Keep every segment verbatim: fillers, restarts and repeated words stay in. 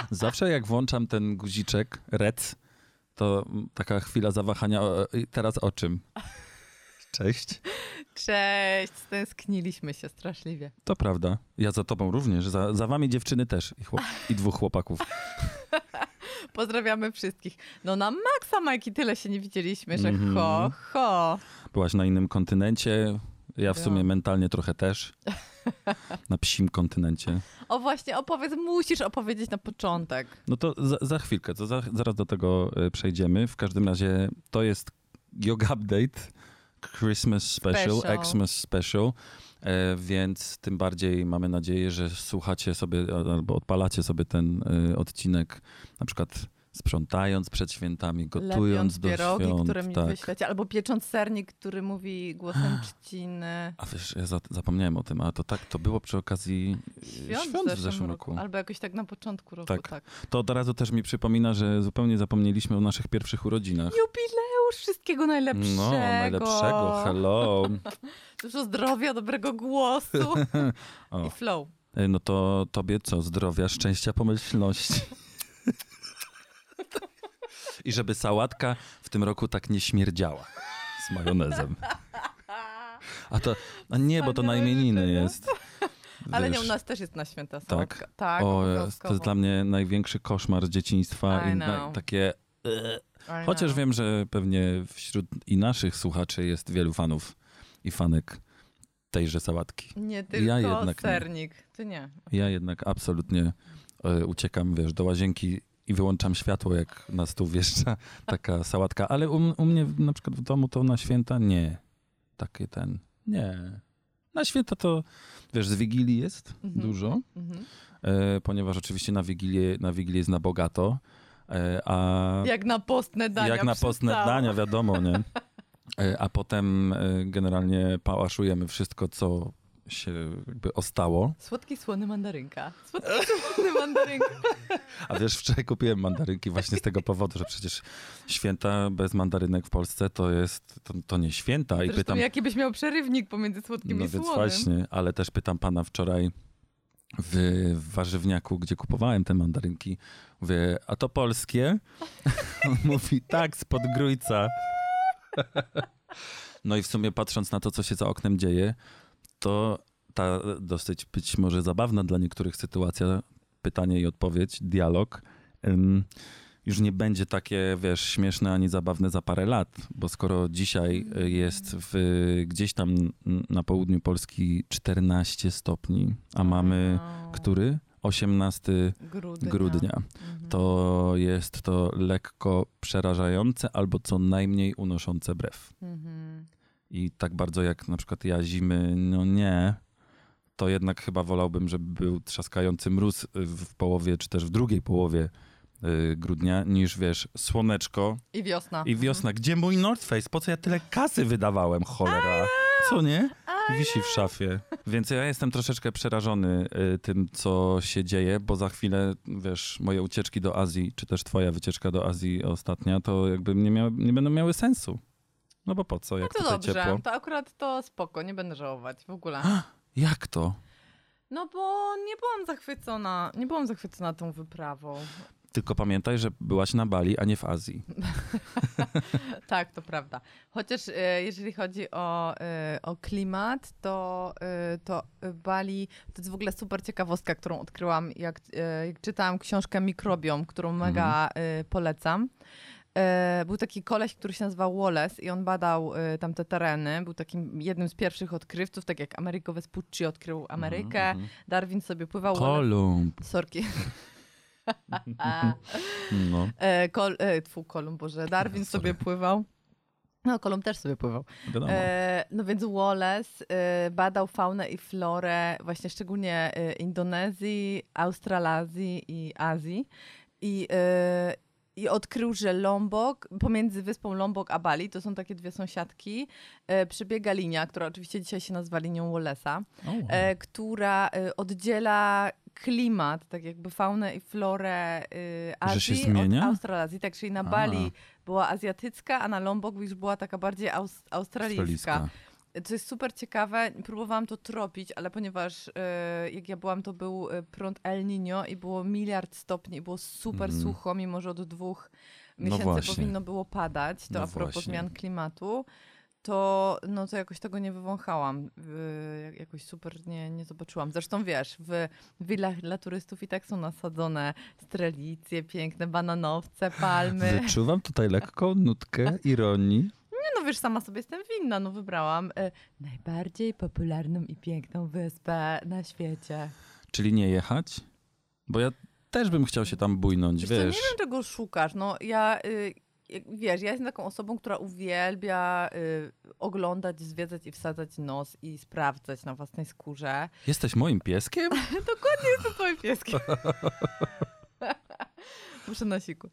Zawsze jak włączam ten guziczek, rec, to taka chwila zawahania. O, teraz o czym? Cześć. Cześć, stęskniliśmy się straszliwie. To prawda. Ja za tobą również. Za, za wami dziewczyny też. I, chłop, i dwóch chłopaków. Pozdrawiamy wszystkich. No na maksa, Majki, tyle się nie widzieliśmy, że Mhm. ho, ho. Byłaś na innym kontynencie. Ja w sumie Byłam. mentalnie trochę też. Na psim kontynencie. O właśnie, opowiedz, musisz opowiedzieć na początek. No to za, za chwilkę, to za, zaraz do tego y, przejdziemy. W każdym razie to jest Yoga Update, Christmas Special, Special. Xmas Special, e, więc tym bardziej mamy nadzieję, że słuchacie sobie albo odpalacie sobie ten y, odcinek na przykład sprzątając przed świętami, gotując Lepiąc do pierogi, świąt. które mi tak. wyślecie, albo piecząc sernik, który mówi głosem trzciny. A wiesz, ja za, zapomniałem o tym, a to tak, to było przy okazji Świąt, świąt w zeszłym roku. Albo jakoś tak na początku roku, Tak. tak. To od razu też mi przypomina, że zupełnie zapomnieliśmy o naszych pierwszych urodzinach. Jubileusz, wszystkiego najlepszego. No, najlepszego, hello. Dużo zdrowia, dobrego głosu O, i flow. no to tobie co? Zdrowia, szczęścia, pomyślności. I żeby sałatka w tym roku tak nie śmierdziała z majonezem. A to, a nie, bo to na Wspaniałe imieniny życzenia. jest. Ale nie, Wiesz, u nas też jest na święta sałatka. Tak? Tak, o, jest, to obowiązkowo. jest dla mnie największy koszmar z dzieciństwa. I I na, know. takie... e, I Chociaż know. wiem, że pewnie wśród i naszych słuchaczy jest wielu fanów i fanek tejże sałatki. Nie tylko Ja jednak nie. sernik. Ty nie. Ja jednak absolutnie e, uciekam, wiesz, do łazienki i wyłączam światło, jak na stół wjeżdża taka sałatka. Ale u, u mnie na przykład w domu to na święta nie. Taki ten, nie. Na święta to, wiesz, z Wigilii jest Mhm. dużo, Mhm. e, ponieważ oczywiście na Wigilię, na Wigilię jest na bogato, e, a... Jak na postne dania. Jak na postne przystała. dania, wiadomo, nie? E, A potem e, generalnie pałaszujemy wszystko, co się jakby ostało. Słodki, słony mandarynka. Słodki, słony mandarynka. A wiesz, wczoraj kupiłem mandarynki właśnie z tego powodu, że przecież święta bez mandarynek w Polsce to jest, to, to nie święta. I Zresztą pytam, jaki byś miał przerywnik pomiędzy słodkim no i więc słonym. właśnie, ale też pytam pana wczoraj w, w warzywniaku, gdzie kupowałem te mandarynki, mówię, a to polskie? On mówi, tak, spod Grójca. No i w sumie patrząc na to, co się za oknem dzieje, to ta dosyć być może zabawna dla niektórych sytuacja, pytanie i odpowiedź, dialog, ym, już nie będzie takie, wiesz, śmieszne ani zabawne za parę lat, bo skoro dzisiaj y, jest w, gdzieś tam n- na południu Polski czternaście stopni, a mamy Wow. który? osiemnastego Grudnia. grudnia. Mhm. To jest to lekko przerażające albo co najmniej unoszące brew. Mhm. I tak bardzo jak na przykład ja zimy, no nie, to jednak chyba wolałbym, żeby był trzaskający mróz w połowie, czy też w drugiej połowie y, grudnia, niż wiesz, słoneczko I wiosna. i wiosna. Gdzie mój North Face? Po co ja tyle kasy wydawałem, cholera? Co nie? Wisi w szafie. Więc ja jestem troszeczkę przerażony y, tym, co się dzieje, bo za chwilę, wiesz, moje ucieczki do Azji, czy też twoja wycieczka do Azji ostatnia, to jakby nie, miały, nie będą miały sensu. No bo po co, jak No to tutaj dobrze, ciepło? to akurat to spoko, nie będę żałować w ogóle. Jak to? No bo nie byłam zachwycona, nie byłam zachwycona tą wyprawą. Tylko pamiętaj, że byłaś na Bali, a nie w Azji. Tak, to prawda. Chociaż e, jeżeli chodzi o, e, o klimat, to, e, to Bali to jest w ogóle super ciekawostka, którą odkryłam, jak, e, jak czytałam książkę Mikrobiom, którą mega e, polecam. E, Był taki koleś, który się nazywał Wallace i on badał e, tamte tereny. Był takim jednym z pierwszych odkrywców, tak jak Amerigo Vespucci odkrył Amerykę. Mhm. Darwin sobie pływał. Kolumb. Sorki. No, E, kol, e, tfu, Kolumb, Boże. Darwin Sorry. sobie pływał. No, Kolumb też sobie pływał. wiadomo. E, no więc Wallace e, badał faunę i florę właśnie szczególnie e, Indonezji, Australazji i Azji. I, e, I odkrył, że Lombok, pomiędzy wyspą Lombok a Bali, to są takie dwie sąsiadki, e, przebiega linia, która oczywiście dzisiaj się nazywa linią Wallace'a, O, wow. e, która e, oddziela klimat, tak jakby faunę i florę y, Azji się zmienia? od Australazji. Tak, czyli na A. Bali była azjatycka, a na Lombok już była taka bardziej aus, australijska. Australijska. co jest super ciekawe, próbowałam to tropić, ale ponieważ e, jak ja byłam, to był e, prąd El Niño i było miliard stopni i było super Mm. sucho, mimo że od dwóch No miesięcy właśnie. powinno było padać, to No a propos właśnie. zmian klimatu, to, no to jakoś tego nie wywąchałam. Y, jakoś super nie, nie zobaczyłam. Zresztą wiesz, w willach dla turystów i tak są nasadzone strelicje, piękne bananowce, palmy. Wyczuwam tutaj lekką nutkę ironii. Nie no wiesz, sama sobie jestem winna, no wybrałam y, najbardziej popularną i piękną wyspę na świecie. Czyli nie jechać? Bo ja też bym chciał się tam bujnąć, Wiesz, wiesz. co, nie wiem, czego szukasz. No ja, y, jak- wiesz, ja jestem taką osobą, która uwielbia y, oglądać, zwiedzać i wsadzać nos i sprawdzać na własnej skórze. Jesteś moim pieskiem? Dokładnie jestem twoim pieskiem. Muszę na siku.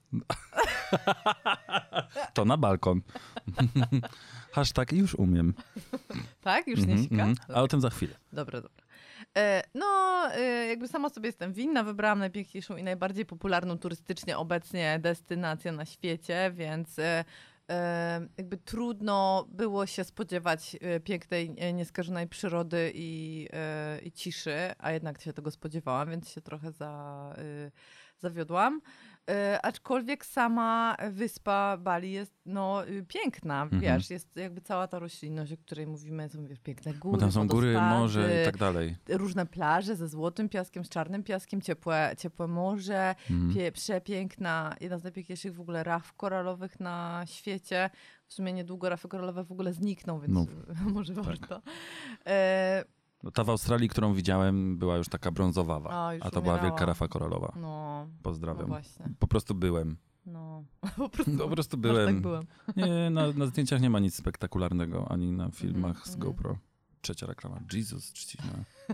To na balkon. Hashtag już umiem. Tak? Już nie Mhm, sika? mhm. Dobra. A o tym za chwilę. Dobra, dobra. E, no, e, jakby sama sobie jestem winna, wybrałam najpiękniejszą i najbardziej popularną turystycznie obecnie destynację na świecie, więc e, e, jakby trudno było się spodziewać e, pięknej, e, nieskażonej przyrody i, e, i ciszy, a jednak się tego spodziewałam, więc się trochę za, e, zawiodłam. E, aczkolwiek sama wyspa Bali jest no, y, piękna, Mhm. wiesz, jest jakby cała ta roślinność, o której mówimy, są wiesz, piękne góry, Bo tam są góry, wodospady, morze i tak dalej. różne plaże ze złotym piaskiem, z czarnym piaskiem, ciepłe, ciepłe morze, Mhm. pie, przepiękna, jedna z najpiękniejszych w ogóle raf koralowych na świecie. W sumie niedługo rafy koralowe w ogóle znikną, więc No, może warto. E, No, ta w Australii, którą widziałem, była już taka brązowawa, A, już a to była umierała. wielka rafa koralowa. no, no Pozdrawiam. właśnie. Po prostu byłem. No, po prostu, Po prostu aż byłem. tak byłem. Nie, na, na zdjęciach nie ma nic spektakularnego, ani na filmach Mhm, z mhm. GoPro. Trzecia reklama. Jesus, czcina.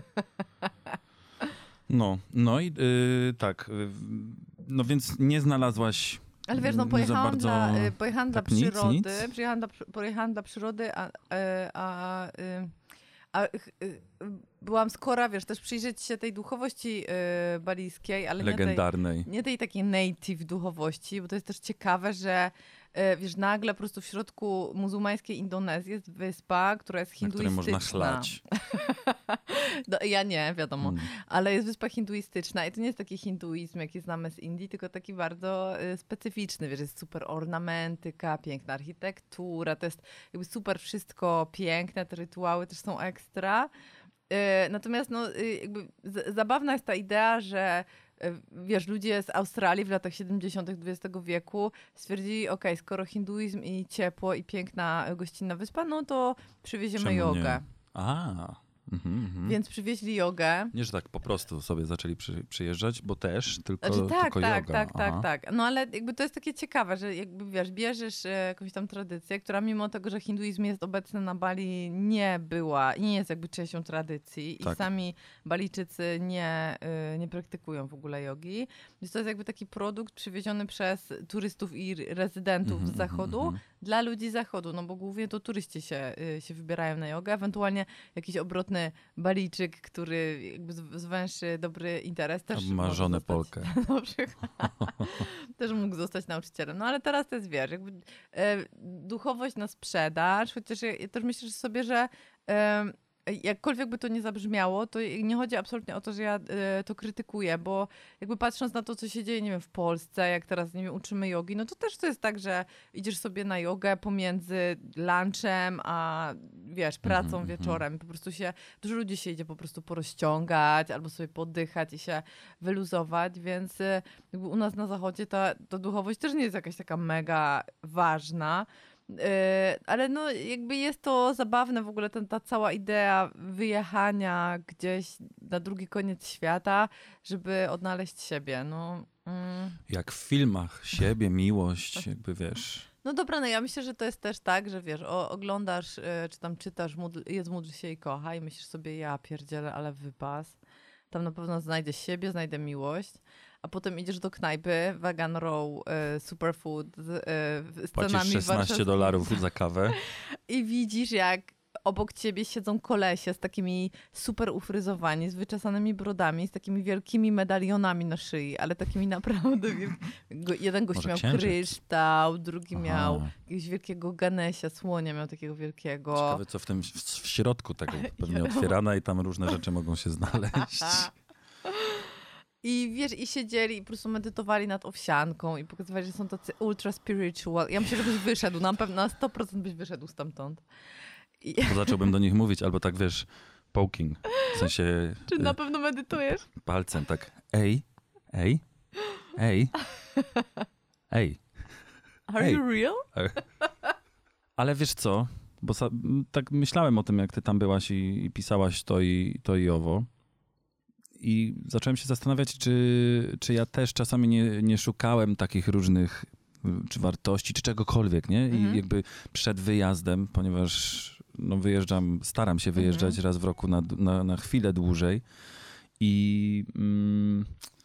No, no i y, tak. y, no więc nie znalazłaś. Ale wiesz, no nie za pojechałam, bardzo dla, y, pojechałam tak dla nic, przyrody, nic? Przyjechałam dla, przy- pojechałam dla przyrody, a, e, a, y, a ch- y, byłam skora, wiesz, też przyjrzeć się tej duchowości y, balijskiej, ale nie tej, legendarnej. nie tej takiej native duchowości, bo to jest też ciekawe, że e, wiesz, nagle po prostu w środku muzułmańskiej Indonezji jest wyspa, która jest Na której hinduistyczna. można chlać. No, ja nie, wiadomo. Mm. Ale jest wyspa hinduistyczna i to nie jest taki hinduizm, jaki znamy z Indii, tylko taki bardzo y, specyficzny. Wiesz, jest super ornamentyka, piękna architektura, to jest jakby super wszystko piękne, te rytuały też są ekstra. Y, natomiast no, y, jakby z, zabawna jest ta idea, że y, wiesz, ludzie z Australii w latach siedemdziesiątych dwudziestego wieku stwierdzili, okej, skoro hinduizm i ciepło i piękna gościnna wyspa, no to przywieziemy Czemu jogę. nie? A, mhm, mhm. Więc przywieźli jogę. Nie, że tak po prostu sobie zaczęli przy, przyjeżdżać, bo też, tylko, Znaczy, tak, tylko tak, yoga. tak, tak, Aha. tak. No ale jakby to jest takie ciekawe, że jakby wiesz, bierzesz e, jakąś tam tradycję, która mimo tego, że hinduizm jest obecny na Bali, nie była i nie jest jakby częścią tradycji Tak. i sami Balijczycy nie, e, nie praktykują w ogóle jogi. Więc to jest jakby taki produkt przywieziony przez turystów i rezydentów Mhm, z zachodu mhm, dla ludzi z zachodu, no bo głównie to turyści się, y, się wybierają na jogę, ewentualnie jakiś obrotny Balijczyk, który jakby z- zwęszy dobry interes też mhm. Ma może żonę zostać- Polkę. na przykład. Też mógł zostać nauczycielem. No ale teraz to jest, wiesz, jakby e, duchowość na sprzedaż, chociaż ja, ja też myślę sobie, że e, jakkolwiek by to nie zabrzmiało, to nie chodzi absolutnie o to, że ja e, to krytykuję, bo jakby patrząc na to, co się dzieje, nie wiem, w Polsce, jak teraz, nie wiem, uczymy jogi, no to też to jest tak, że idziesz sobie na jogę pomiędzy lunchem, a wiesz, pracą Mhm, mhm. wieczorem. Po prostu się, dużo ludzi się idzie po prostu porozciągać, albo sobie poddychać i się wyluzować, więc e, jakby u nas na zachodzie ta, ta duchowość też nie jest jakaś taka mega ważna. Yy, ale no jakby jest to zabawne w ogóle ten, ta cała idea wyjechania gdzieś na drugi koniec świata, żeby odnaleźć siebie. No, mm. Jak w filmach, siebie, miłość, jakby wiesz. no dobra, no ja myślę, że to jest też tak, że wiesz, o, oglądasz yy, czy tam czytasz módl, Jedz, módl się i kocha i myślisz sobie, ja pierdzielę, ale wypas. Tam na pewno znajdę siebie, znajdę miłość. A potem idziesz do knajpy, Vegan Row, y, Superfood, z, y, z Płacisz cenami szesnaście warszawskimi. dolarów za kawę. I widzisz, jak obok ciebie siedzą kolesie z takimi super ufryzowani, z wyczesanymi brodami, z takimi wielkimi medalionami na szyi, ale takimi naprawdę wielkimi. Jeden gość Może miał księżyc? kryształ, drugi Aha. miał jakiegoś wielkiego Ganesia, słonia miał takiego wielkiego. Ciekawe, co w tym w, w środku tego pewnie otwierane i tam różne rzeczy mogą się znaleźć. I wiesz, i siedzieli i po prostu medytowali nad owsianką i pokazywali, że są tacy ultra spiritual. Ja myślę, że byś wyszedł, na pewno na sto procent byś wyszedł stamtąd. I... To zacząłbym do nich mówić, albo tak wiesz, poking, w sensie Czy na pewno medytujesz? palcem tak, ej, ej, ej, ej. Are Ej. you real? Ale wiesz co, bo sa, tak myślałem o tym, jak ty tam byłaś i, i pisałaś to i, to i owo. I zacząłem się zastanawiać, czy, czy ja też czasami nie, nie szukałem takich różnych czy wartości, czy czegokolwiek, nie? I Mhm. jakby przed wyjazdem, ponieważ no wyjeżdżam, staram się wyjeżdżać Mhm. raz w roku na, na, na chwilę dłużej i mm,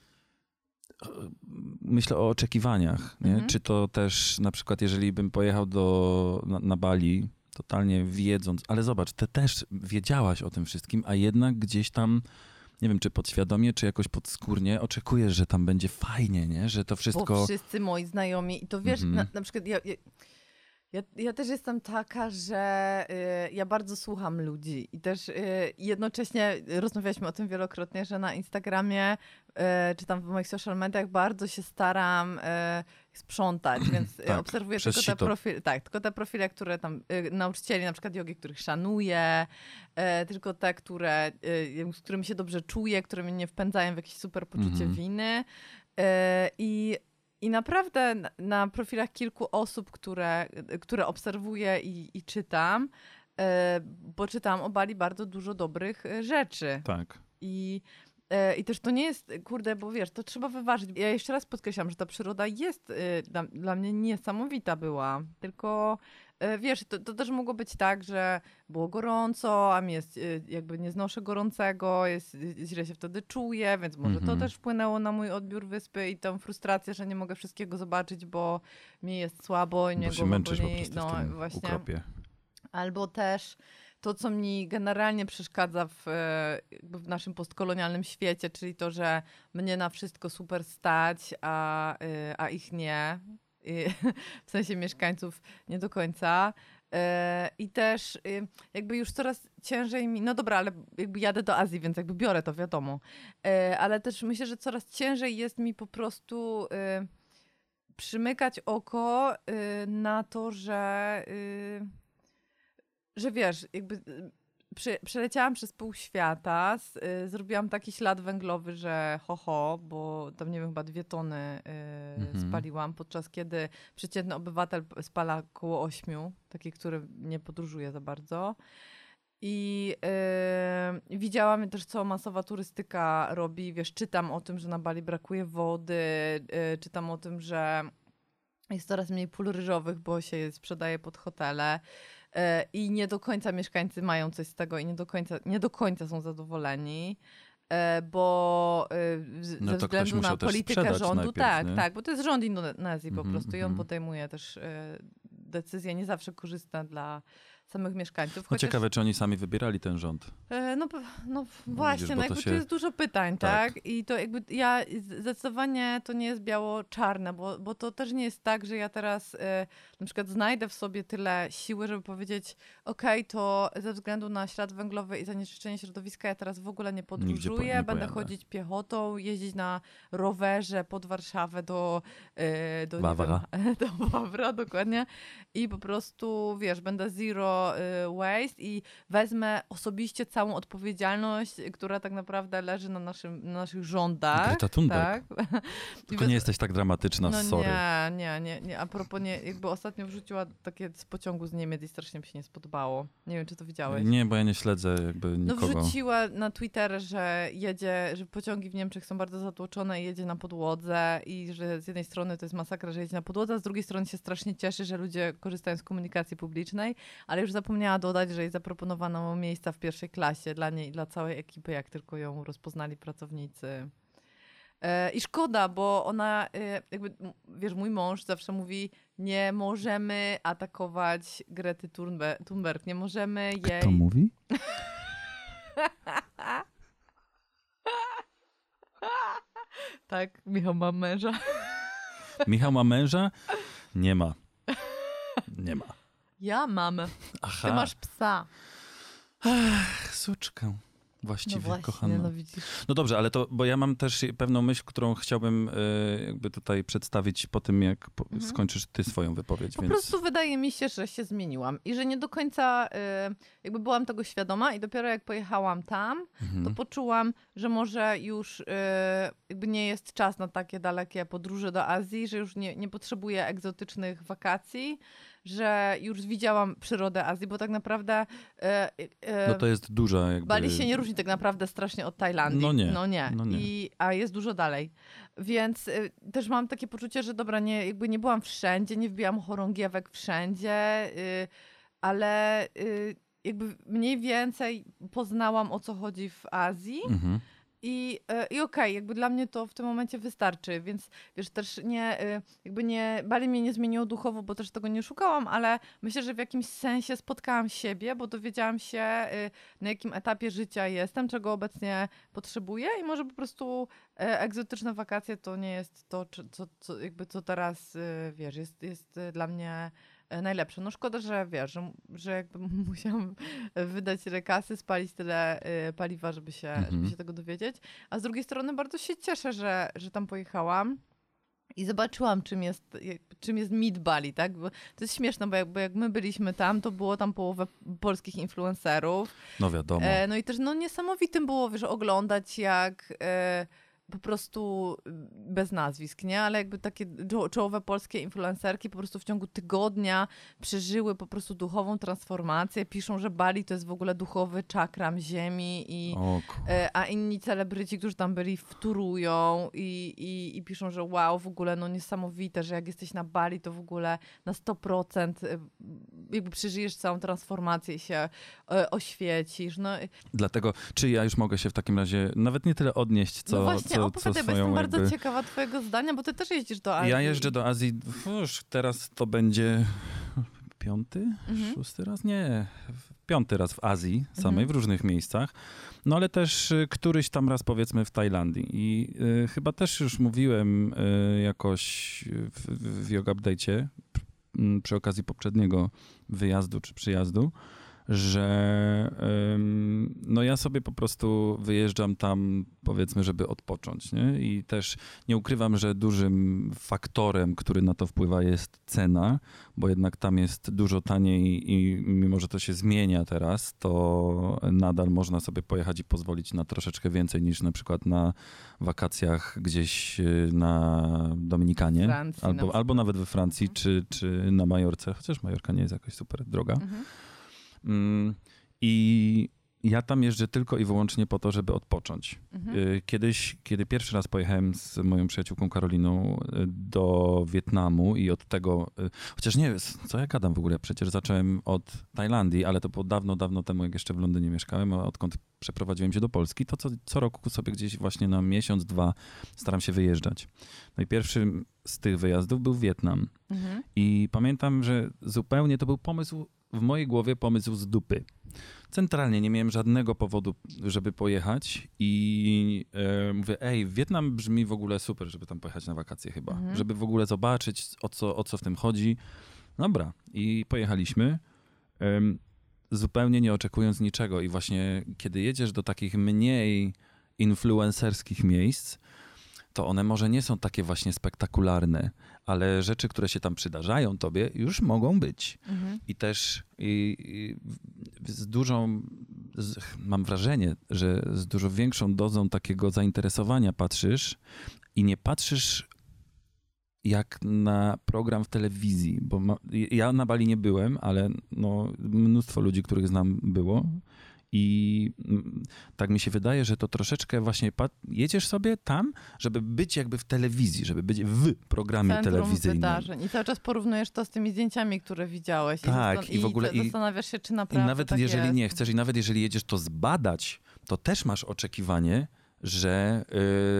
myślę o oczekiwaniach, nie? Mhm. Czy to też na przykład, jeżeli bym pojechał do, na, na Bali, totalnie wiedząc, ale zobacz, ty też wiedziałaś o tym wszystkim, a jednak gdzieś tam, nie wiem, czy podświadomie, czy jakoś podskórnie oczekujesz, że tam będzie fajnie, nie? Że to wszystko... Bo wszyscy moi znajomi, i to wiesz, Mhm. na, na przykład ja, ja, ja, ja też jestem taka, że y, ja bardzo słucham ludzi i też y, jednocześnie rozmawialiśmy o tym wielokrotnie, że na Instagramie y, czy tam w moich social mediach bardzo się staram y, sprzątać, więc Tak, obserwuję przez tylko te sito. profile, tak, tylko te profile, które tam, y, nauczycieli na przykład jogi, których szanuję, y, tylko te, które, y, z którymi się dobrze czuję, które mnie nie wpędzają w jakieś super poczucie Mhm. winy. Y, I I naprawdę na, na profilach kilku osób, które, które obserwuję i, i czytam, e, bo czytam o Bali bardzo dużo dobrych e, rzeczy. Tak. I, e, I też to nie jest, kurde, bo wiesz, to trzeba wyważyć. Ja jeszcze raz podkreślam, że ta przyroda jest e, dla, dla mnie niesamowita była. Tylko e, wiesz, to, to też mogło być tak, że było gorąco, a mi jest e, jakby nie znoszę gorącego, jest, źle się wtedy czuję, więc może Mhm. to też wpłynęło na mój odbiór wyspy i tą frustrację, że nie mogę wszystkiego zobaczyć, bo mi jest słabo i mnie Bo się głowa męczysz po boli. prostu No w tym właśnie. ukropie. Albo też to, co mi generalnie przeszkadza w, e, jakby w naszym postkolonialnym świecie, czyli to, że mnie na wszystko super stać, a, y, a ich nie. I, w sensie mieszkańców nie do końca. E, I też y, jakby już coraz ciężej mi, no dobra, ale jakby jadę do Azji, więc jakby biorę to, wiadomo. E, Ale też myślę, że coraz ciężej jest mi po prostu y, przymykać oko y, na to, że... y, że wiesz, jakby y, przy, przeleciałam przez pół świata, s- y, zrobiłam taki ślad węglowy, że ho, ho, bo tam nie wiem, chyba dwie tony y, Mhm. spaliłam, podczas kiedy przeciętny obywatel p- spala około ośmiu, taki, który nie podróżuje za bardzo. I y, widziałam też, co masowa turystyka robi. Wiesz, czytam o tym, że na Bali brakuje wody, y, czytam o tym, że jest coraz mniej pól ryżowych, bo się je sprzedaje pod hotele. E, I nie do końca mieszkańcy mają coś z tego i nie do końca, nie do końca są zadowoleni, e, bo e, z- No ze to ktoś względu na musiał też politykę sprzedać rządu, najpierw, tak, nie? tak, bo to jest rząd Indonezji po Mhm, prostu i on mhm. podejmuje też e, decyzje nie zawsze korzystne dla samych mieszkańców. No ciekawe, czy oni sami wybierali ten rząd. E, No, p- no właśnie, widzisz, bo no to jakby się- tu jest dużo pytań, Tak. tak? I to jakby ja z- zdecydowanie to nie jest biało-czarne, bo, bo to też nie jest tak, że ja teraz e, na przykład znajdę w sobie tyle siły, żeby powiedzieć, okej, to ze względu na ślad węglowy i zanieczyszczenie środowiska ja teraz w ogóle nie podróżuję, nie będę pojadę. chodzić piechotą, jeździć na rowerze pod Warszawę do, e, do, nie Wawra. wiem, do Wawra, dokładnie. I po prostu, wiesz, będę zero y, waste i wezmę osobiście całą odpowiedzialność, która tak naprawdę leży na, naszym, na naszych rządach. Greta Thunberg. Tak? I Tylko wez- nie jesteś tak dramatyczna, no sorry. nie, nie, nie, nie. A propos, nie, jakby ostatnio wrzuciła takie z pociągu z Niemiec i strasznie mi się nie spodobało. Nie wiem, czy to widziałeś. Nie, bo ja nie śledzę jakby No nikogo. wrzuciła na Twitterze, że jedzie, że pociągi w Niemczech są bardzo zatłoczone i jedzie na podłodze i że z jednej strony to jest masakra, że jedzie na podłodze, a z drugiej strony się strasznie cieszy, że ludzie korzystają z komunikacji publicznej, ale już zapomniała dodać, że jej zaproponowano miejsca w pierwszej klasie dla niej i dla całej ekipy, jak tylko ją rozpoznali pracownicy E, I szkoda, bo ona, e, jakby, wiesz, mój mąż zawsze mówi, nie możemy atakować Grety Thunberg, Thunberg nie możemy jej... Kto mówi? Tak, Michał ma męża. Michał ma męża? Nie ma. Nie ma. Ja mam. Aha. Ty masz psa. Ach, suczkę. Właściwie, No właśnie, kochana. no widzisz. No dobrze, ale to, bo ja mam też pewną myśl, którą chciałbym y, jakby tutaj przedstawić po tym, jak po, Mhm. skończysz ty swoją wypowiedź. Po więc... prostu wydaje mi się, że się zmieniłam i że nie do końca y, jakby byłam tego świadoma i dopiero jak pojechałam tam, Mhm. to poczułam, że może już y, jakby nie jest czas na takie dalekie podróże do Azji, że już nie, nie potrzebuję egzotycznych wakacji, że już widziałam przyrodę Azji, bo tak naprawdę y, y, No to jest duża jakby... Bali się nie różni tak naprawdę strasznie od Tajlandii. No nie, No nie. no nie. I, a jest dużo dalej. Więc y, też mam takie poczucie, że dobra, nie, jakby nie byłam wszędzie, nie wbijam chorągiewek wszędzie, y, ale y, jakby mniej więcej poznałam, o co chodzi w Azji. Mhm. I, y, i okej, okay, jakby dla mnie to w tym momencie wystarczy, więc wiesz, też nie, y, jakby nie, Bali mnie nie zmieniło duchowo, bo też tego nie szukałam, ale myślę, że w jakimś sensie spotkałam siebie, bo dowiedziałam się, y, na jakim etapie życia jestem, czego obecnie potrzebuję i może po prostu y, egzotyczne wakacje to nie jest to, czy, co, co, jakby co teraz, y, wiesz, jest, jest y, dla mnie najlepsze. No szkoda, że wiesz, że, że jakby musiałam wydać tyle kasy, spalić tyle y, paliwa, żeby się, Mhm. żeby się tego dowiedzieć. A z drugiej strony bardzo się cieszę, że, że tam pojechałam i zobaczyłam, czym jest, czym jest Meet Bali, tak? Bo to jest śmieszne, bo jakby jak my byliśmy tam, to było tam połowę polskich influencerów. No wiadomo. E, no i też no niesamowitym było, wiesz, oglądać jak... E, po prostu bez nazwisk, nie? Ale jakby takie czołowe polskie influencerki po prostu w ciągu tygodnia przeżyły po prostu duchową transformację. Piszą, że Bali to jest w ogóle duchowy czakram ziemi i O, a inni celebryci, którzy tam byli, wtórują i, i, i piszą, że wow, w ogóle no niesamowite, że jak jesteś na Bali, to w ogóle na sto procent jakby przeżyjesz całą transformację i się e, oświecisz. No. Dlatego, czy ja już mogę się w takim razie nawet nie tyle odnieść, co, no właśnie, co, co opowiadaj, bo swoją jestem bardzo jakby... ciekawa twojego zdania, bo ty też jeździsz do Azji. Ja jeżdżę do Azji, już teraz to będzie piąty, Mhm. szósty raz? Nie, piąty raz w Azji samej, Mhm. w różnych miejscach. No ale też y, któryś tam raz powiedzmy w Tajlandii. I y, chyba też już mówiłem y, jakoś w, w Yoga Update'cie pr- przy okazji poprzedniego wyjazdu czy przyjazdu, że ym, no ja sobie po prostu wyjeżdżam tam, powiedzmy, żeby odpocząć, nie? I też nie ukrywam, że dużym faktorem, który na to wpływa, jest cena, bo jednak tam jest dużo taniej i mimo, że to się zmienia teraz, to nadal można sobie pojechać i pozwolić na troszeczkę więcej niż na przykład na wakacjach gdzieś y, na Dominikanie, Francji na albo, przykład. albo nawet we Francji, czy, czy na Majorce, chociaż Majorka nie jest jakoś super droga. Mhm. I ja tam jeżdżę tylko i wyłącznie po to, żeby odpocząć. Mhm. Kiedyś, kiedy pierwszy raz pojechałem z moją przyjaciółką Karoliną do Wietnamu i od tego, chociaż nie wiem, co ja gadam w ogóle, przecież zacząłem od Tajlandii, ale to było dawno, dawno temu, jak jeszcze w Londynie mieszkałem, a odkąd przeprowadziłem się do Polski, to co, co roku sobie gdzieś właśnie na miesiąc, dwa staram się wyjeżdżać. No i pierwszym z tych wyjazdów był Wietnam. Mhm. I pamiętam, że zupełnie to był pomysł, w mojej głowie pomysł z dupy. Centralnie nie miałem żadnego powodu, żeby pojechać i e, mówię, ej, Wietnam brzmi w ogóle super, żeby tam pojechać na wakacje chyba. Mhm. Żeby w ogóle zobaczyć, o co, o co w tym chodzi. Dobra, i pojechaliśmy, em, zupełnie nie oczekując niczego. I właśnie kiedy jedziesz do takich mniej influencerskich miejsc, to one może nie są takie właśnie spektakularne, ale rzeczy, które się tam przydarzają tobie, już mogą być. Mhm. I też i, i z dużą, z, mam wrażenie, że z dużo większą dozą takiego zainteresowania patrzysz i nie patrzysz jak na program w telewizji, bo ma, ja na Bali nie byłem, ale no, mnóstwo ludzi, których znam, było. I tak mi się wydaje, że to troszeczkę właśnie jedziesz sobie tam, żeby być jakby w telewizji, żeby być w programie Centrum telewizyjnym. wydarzeń. I cały czas porównujesz to z tymi zdjęciami, które widziałeś. Tak, I, zastan- i w ogóle- I zastanawiasz się, czy naprawdę I nawet tak jeżeli jest. nie chcesz, i nawet jeżeli jedziesz to zbadać, to też masz oczekiwanie, że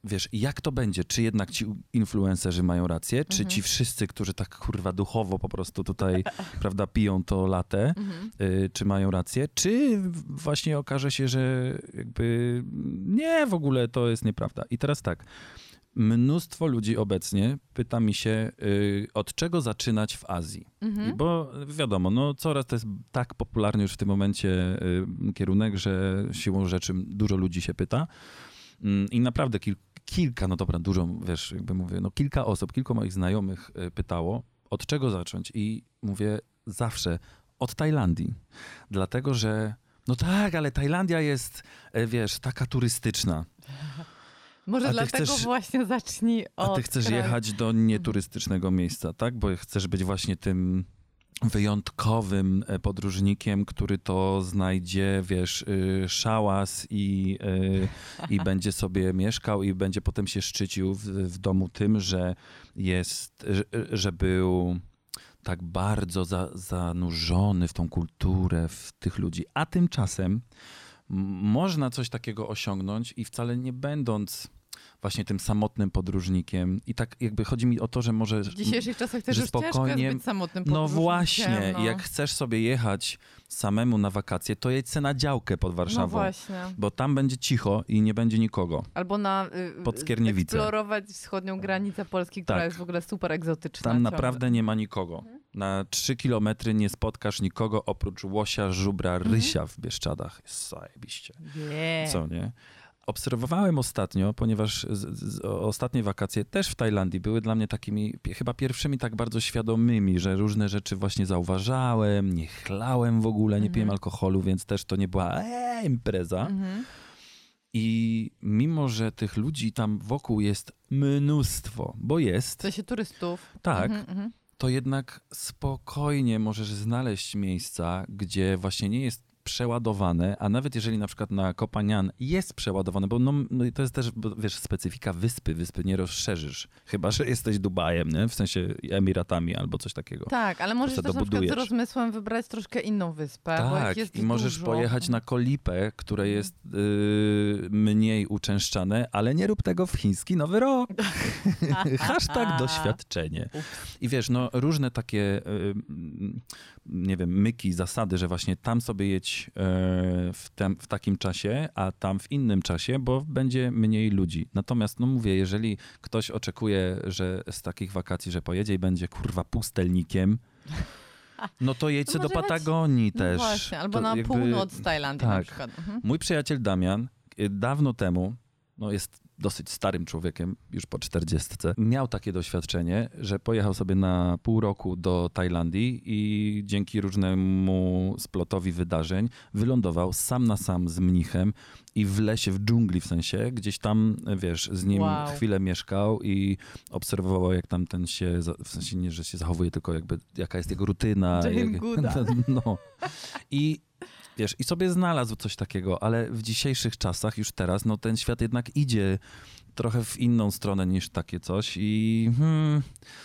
wiesz, jak to będzie? Czy jednak ci influencerzy mają rację? Czy Mhm. ci wszyscy, którzy tak kurwa duchowo po prostu tutaj, prawda, piją to latę, Mhm. y, czy mają rację? Czy właśnie okaże się, że jakby nie, w ogóle to jest nieprawda. I teraz tak, mnóstwo ludzi obecnie pyta mi się, y, od czego zaczynać w Azji. Mhm. I bo wiadomo, no coraz to jest tak popularny już w tym momencie y, kierunek, że siłą rzeczy dużo ludzi się pyta. Mm, I naprawdę kil, kilka, no dobra, dużo, wiesz, jakby mówię, no kilka osób, kilku moich znajomych y, pytało, od czego zacząć. I mówię zawsze od Tajlandii. Dlatego, że no tak, ale Tajlandia jest, y, wiesz, taka turystyczna. Może A ty dlatego chcesz- właśnie zacznij A od ty chcesz kraju. jechać do nieturystycznego miejsca, tak? Bo chcesz być właśnie tym wyjątkowym e, podróżnikiem, który to znajdzie, wiesz, y, szałas i, y, i będzie sobie mieszkał i będzie potem się szczycił w, w domu tym, że jest, że, że był tak bardzo za, zanurzony w tą kulturę, w tych ludzi. A tymczasem m- można coś takiego osiągnąć i wcale nie będąc właśnie tym samotnym podróżnikiem. I tak jakby chodzi mi o to, że może... W dzisiejszych czasach też że już ciężko spokojnie- jest być samotnym No podróżnikiem. właśnie, no. jak chcesz sobie jechać samemu na wakacje, to jedź se na działkę pod No Warszawą. właśnie. Bo tam będzie cicho i nie będzie nikogo. Albo na y, Pod Skierniewice. eksplorować wschodnią granicę Polski, która Tak. jest w ogóle super egzotyczna. Tam ciągle. naprawdę nie ma nikogo. Na trzy kilometry nie spotkasz nikogo oprócz łosia, żubra, rysia w Bieszczadach. Jest zajebiście. Nie. Co nie? Obserwowałem ostatnio, ponieważ z, z, ostatnie wakacje też w Tajlandii były dla mnie takimi pi- chyba pierwszymi tak bardzo świadomymi, że różne rzeczy właśnie zauważałem, nie chlałem w ogóle, nie Mhm. piłem alkoholu, więc też to nie była e, impreza. Mhm. I mimo, że tych ludzi tam wokół jest mnóstwo, bo W jest, sensie turystów. tak, Mhm, mhm. to jednak spokojnie możesz znaleźć miejsca, gdzie właśnie nie jest przeładowane, a nawet jeżeli na przykład na Koh Phangan jest przeładowane, bo no, no i to jest też, bo, wiesz, specyfika wyspy, wyspy nie rozszerzysz, chyba że jesteś Dubajem, nie? W sensie Emiratami albo coś takiego. Tak, ale możesz sobie też na przykład z dobudujesz. rozmysłem wybrać troszkę inną wyspę, bo jak Tak, jest i możesz dużo... pojechać na Kolipę, które jest y, mniej uczęszczane, ale nie rób tego w chiński Nowy Rok. Hashtag doświadczenie. I wiesz, no różne takie, y, nie wiem, myki, zasady, że właśnie tam sobie jedź y, w, tem, w takim czasie, a tam w innym czasie, bo będzie mniej ludzi. Natomiast, no mówię, jeżeli ktoś oczekuje, że z takich wakacji, że pojedzie i będzie kurwa pustelnikiem, no to jedź To sobie do może jechać- Patagonii No też. właśnie, albo To na jakby- północ Tajlandii na tak. przykład. Mhm. Mój przyjaciel Damian y, dawno temu, no jest dosyć starym człowiekiem, już po czterdziestce, miał takie doświadczenie, że pojechał sobie na pół roku do Tajlandii i dzięki różnemu splotowi wydarzeń wylądował sam na sam z mnichem i w lesie, w dżungli w sensie, gdzieś tam, wiesz, z nim Wow. chwilę mieszkał i obserwował, jak tam ten się, za- w sensie nie, że się zachowuje, tylko jakby jaka jest jego rutyna. Jane jak, Gooda. no. I wiesz, i sobie znalazł coś takiego, ale w dzisiejszych czasach, już teraz, no ten świat jednak idzie trochę w inną stronę niż takie coś i hmm,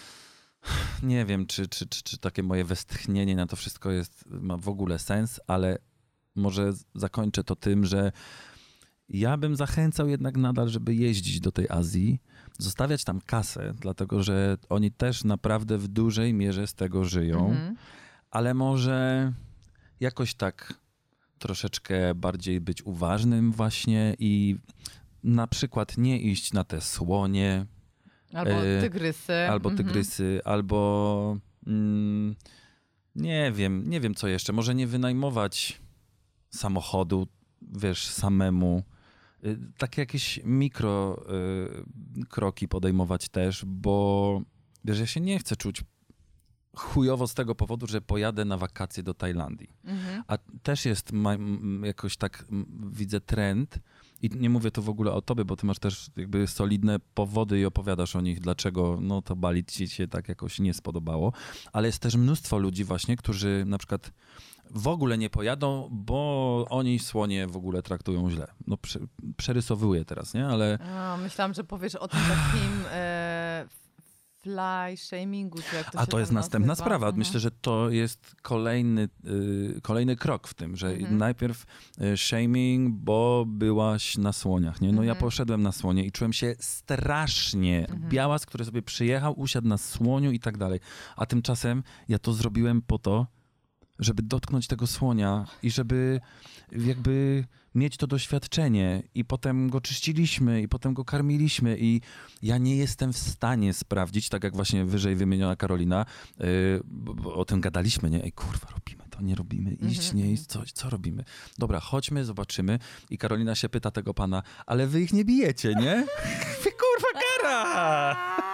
nie wiem, czy, czy, czy, czy takie moje westchnienie na to wszystko jest, ma w ogóle sens, ale może zakończę to tym, że ja bym zachęcał jednak nadal, żeby jeździć do tej Azji, zostawiać tam kasę, dlatego że oni też naprawdę w dużej mierze z tego żyją, Mhm. ale może jakoś tak troszeczkę bardziej być uważnym właśnie i na przykład nie iść na te słonie, Albo E, tygrysy. albo Mhm. tygrysy, albo mm, nie wiem, nie wiem co jeszcze. Może nie wynajmować samochodu, wiesz, samemu. Y, Takie jakieś mikro y, kroki podejmować też, bo wiesz, ja się nie chcę czuć chujowo z tego powodu, że pojadę na wakacje do Tajlandii. Mhm. A też jest ma, m, jakoś tak m, widzę trend i nie mówię tu w ogóle o tobie, bo ty masz też jakby solidne powody i opowiadasz o nich, dlaczego no to Bali ci się tak jakoś nie spodobało, ale jest też mnóstwo ludzi właśnie, którzy na przykład w ogóle nie pojadą, bo oni słonie w ogóle traktują źle. No prze, przerysowuję teraz, nie? Ale A, myślałam, że powiesz o tym takim e, fly shamingu, czy jak to A się to jest tam następna nazywa. sprawa. Mhm. Myślę, że to jest kolejny, y, kolejny krok w tym, że Mhm. najpierw y, shaming, bo byłaś na słoniach, nie? No ja Mhm. poszedłem na słonie i czułem się strasznie. Mhm. Białas, który sobie przyjechał, usiadł na słoniu i tak dalej. A tymczasem ja to zrobiłem po to, żeby dotknąć tego słonia i żeby jakby mieć to doświadczenie i potem go czyściliśmy i potem go karmiliśmy i ja nie jestem w stanie sprawdzić, tak jak właśnie wyżej wymieniona Karolina, yy, bo, bo o tym gadaliśmy, nie? Ej, kurwa, robimy to, nie robimy, iść, nie iść, coś, co robimy? Dobra, chodźmy, zobaczymy i Karolina się pyta tego pana, ale wy ich nie bijecie, nie? Wy kurwa kara!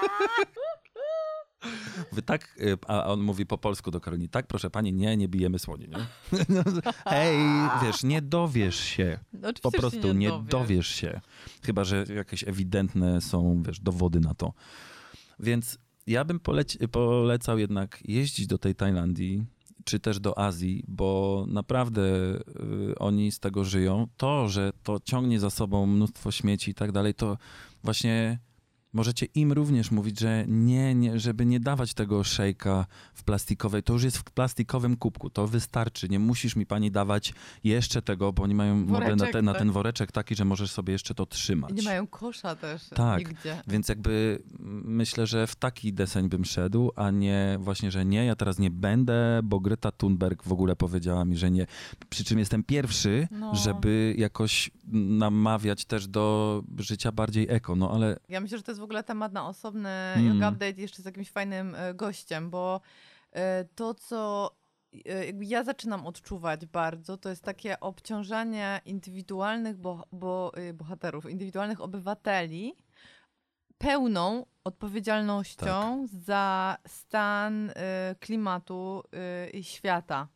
Wy tak, y, a on mówi po polsku do Karoliny, tak, proszę pani, nie, nie bijemy słoni, nie? Hej, wiesz, nie dowiesz się. No, oczywiście, Po że prostu się nie dowiesz. dowiesz się. Chyba że jakieś ewidentne są, wiesz, dowody na to. Więc ja bym poleci- polecał jednak jeździć do tej Tajlandii, czy też do Azji, bo naprawdę y, oni z tego żyją. To, że to ciągnie za sobą mnóstwo śmieci i tak dalej, to właśnie możecie im również mówić, że nie, nie, żeby nie dawać tego szejka w plastikowej. To już jest w plastikowym kubku, to wystarczy. Nie musisz mi pani dawać jeszcze tego, bo oni mają Woreczek, na, te, na tak. ten woreczek taki, że możesz sobie jeszcze to trzymać. I nie mają kosza też Tak. nigdzie. Więc jakby myślę, że w taki deseń bym szedł, a nie właśnie, że nie, ja teraz nie będę, bo Greta Thunberg w ogóle powiedziała mi, że nie. Przy czym jestem pierwszy, No. żeby jakoś namawiać też do życia bardziej eko, no ale Ja myślę, że to jest w ogóle temat na osobny Mm. yoga update jeszcze z jakimś fajnym e, gościem, bo e, to, co e, jakby ja zaczynam odczuwać bardzo, to jest takie obciążanie indywidualnych bo, bo, e, bohaterów, indywidualnych obywateli pełną odpowiedzialnością za stan e, klimatu e, i świata.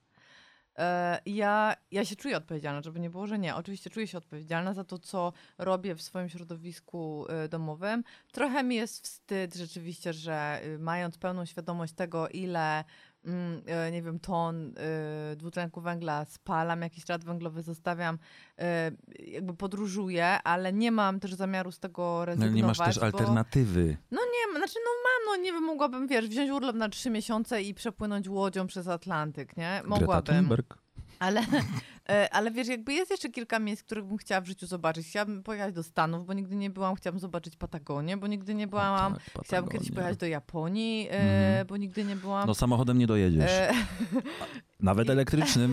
E, Ja, ja się czuję odpowiedzialna, żeby nie było, że nie. Oczywiście czuję się odpowiedzialna za to, co robię w swoim środowisku e, domowym. Trochę mi jest wstyd rzeczywiście, że e, mając pełną świadomość tego, ile mm, e, nie wiem, ton e, dwutlenku węgla spalam, jakiś ślad węglowy zostawiam, e, jakby podróżuję, ale nie mam też zamiaru z tego no, rezygnować. nie masz też bo... alternatywy. No nie, znaczy no mam, no nie wiem, mogłabym, wiesz, wziąć urlop na trzy miesiące i przepłynąć łodzią przez Atlantyk, nie? Greta Mogłabym. Thunberg. Ale, e, ale wiesz, jakby jest jeszcze kilka miejsc, których bym chciała w życiu zobaczyć. Chciałabym pojechać do Stanów, bo nigdy nie byłam. Chciałabym zobaczyć Patagonię, bo nigdy nie byłam. O, tak, Chciałabym kiedyś Patagonia. pojechać do Japonii, e, Mhm. bo nigdy nie byłam. No samochodem nie dojedziesz. E, Nawet i- elektrycznym.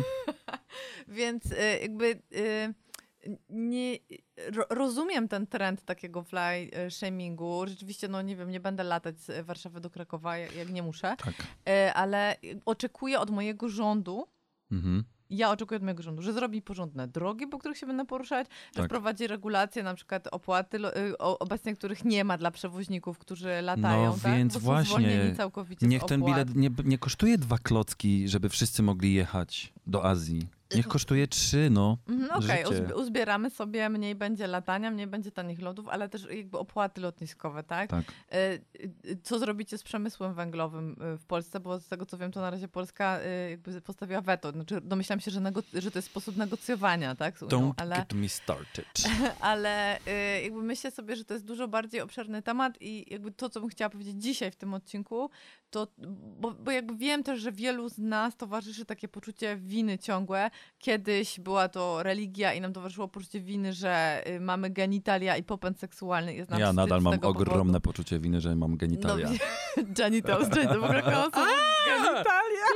Więc e, jakby e, nie, ro, rozumiem ten trend takiego fly e, shamingu. Rzeczywiście, no nie wiem, nie będę latać z Warszawy do Krakowa, jak, jak nie muszę, Tak. e, ale oczekuję od mojego rządu, Mhm. ja oczekuję od mojego rządu, że zrobi porządne drogi, po których się będę poruszać, że Tak. wprowadzi regulacje, na przykład opłaty, lo- y, o- obecnie których nie ma dla przewoźników, którzy latają, No tak? więc Bo są właśnie, zwolnieni całkowicie Niech z ten opłat. bilet nie, nie kosztuje dwa klocki, żeby wszyscy mogli jechać do Azji. Niech kosztuje trzy, no. Mhm, Okej, Życie. uzb- uzbieramy sobie, mniej będzie latania, mniej będzie tanich lotów, ale też jakby opłaty lotniskowe, tak? Tak. Y, y, Co zrobicie z przemysłem węglowym y, w Polsce? Bo z tego co wiem, to na razie Polska y, jakby postawiła weto. Znaczy, domyślam się, że, nego- że to jest sposób negocjowania, tak? Z Unią, Don't ale... get me started. ale y, jakby myślę sobie, że to jest dużo bardziej obszerny temat i jakby to, co bym chciała powiedzieć dzisiaj w tym odcinku, to, bo, bo jakby wiem też, że wielu z nas towarzyszy takie poczucie winy ciągłe. Kiedyś była to religia i nam towarzyszyło poczucie winy, że y, mamy genitalia i popęd seksualny. Jest nam Ja wstyd nadal z mam tego ogromne powodu. poczucie winy, że mam genitalia. No, genitals, genitals, w ogóle koło genitalia.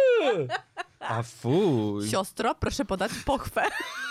A fuj. Siostro, proszę podać pochwę.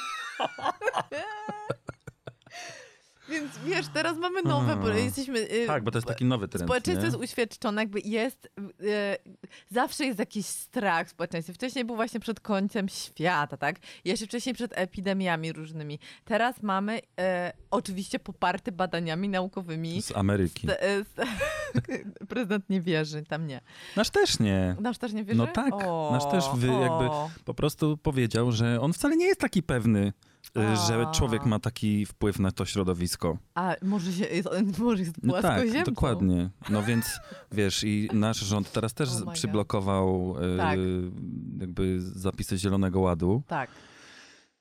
Więc wiesz, teraz mamy nowe, bo Hmm. jesteśmy... y, Tak, bo to jest taki nowy trend, Społeczeństwo nie? jest uświadczone, jakby jest... y, zawsze jest jakiś strach w społeczeństwie. Wcześniej był właśnie przed końcem świata, tak? Jeszcze wcześniej przed epidemiami różnymi. Teraz mamy y, oczywiście poparty badaniami naukowymi. Z Ameryki. Z, y, z, prezydent nie wierzy, tam nie. Nasz też nie. Nasz też nie wierzy? No tak, O, nasz też wy- jakby- o. Po prostu powiedział, że on wcale nie jest taki pewny, y, A. że człowiek ma taki wpływ na to środowisko. A może, się, jest, może jest No tak, płaskoziemcą? dokładnie. No więc wiesz, i nasz rząd teraz też Oh z- my God. przyblokował y, Tak. jakby zapisy Zielonego Ładu. Tak.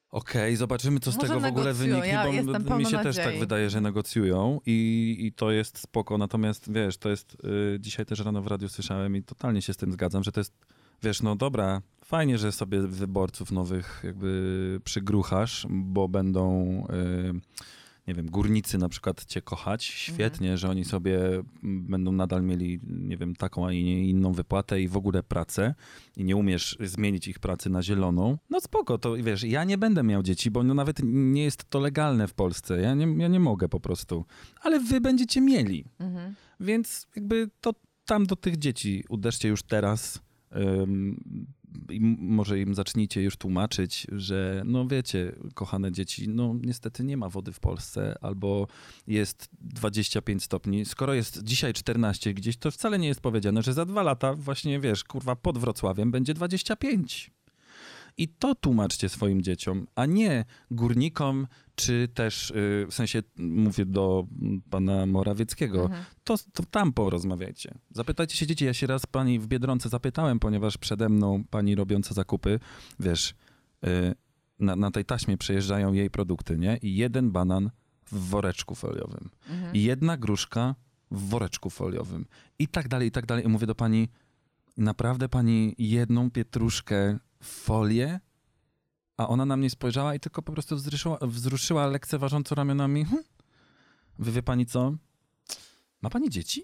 Okej, okay, zobaczymy, co z Może tego w ogóle negocjują. wyniknie, Ja bo jestem mi się pełna też tak nadziei. wydaje, że negocjują i, i to jest spoko. Natomiast wiesz, to jest, y, dzisiaj też rano w radiu słyszałem i totalnie się z tym zgadzam, że to jest, wiesz, no dobra, fajnie, że sobie wyborców nowych jakby przygruchasz, bo będą... Y, nie wiem, górnicy na przykład cię kochać, świetnie, mhm. że oni sobie będą nadal mieli, nie wiem, taką, a nie inną wypłatę i w ogóle pracę i nie umiesz zmienić ich pracy na zieloną, no spoko, to wiesz, ja nie będę miał dzieci, bo no nawet nie jest to legalne w Polsce, ja nie, ja nie mogę po prostu, ale wy będziecie mieli, mhm. więc jakby to tam do tych dzieci uderzcie już teraz, um, i może im zacznijcie już tłumaczyć, że no wiecie, kochane dzieci, no niestety nie ma wody w Polsce albo jest dwadzieścia pięć stopni. Skoro jest dzisiaj czternaście gdzieś, to wcale nie jest powiedziane, że za dwa lata właśnie, wiesz, kurwa, pod Wrocławiem będzie dwadzieścia pięć. I to tłumaczcie swoim dzieciom, a nie górnikom, czy też, w sensie mówię do pana Morawieckiego, mhm. to, to tam porozmawiajcie. Zapytajcie się dzieci. Ja się raz pani w Biedronce zapytałem, ponieważ przede mną pani robiąca zakupy, wiesz, na, na tej taśmie przejeżdżają jej produkty, nie? I jeden banan w woreczku foliowym. Mhm. I jedna gruszka w woreczku foliowym. I tak dalej, i tak dalej. I mówię do pani, naprawdę pani jedną pietruszkę w folię? A ona na mnie spojrzała i tylko po prostu wzruszyła, wzruszyła lekceważąco ramionami. Hm. Wy wie pani co? Ma pani dzieci?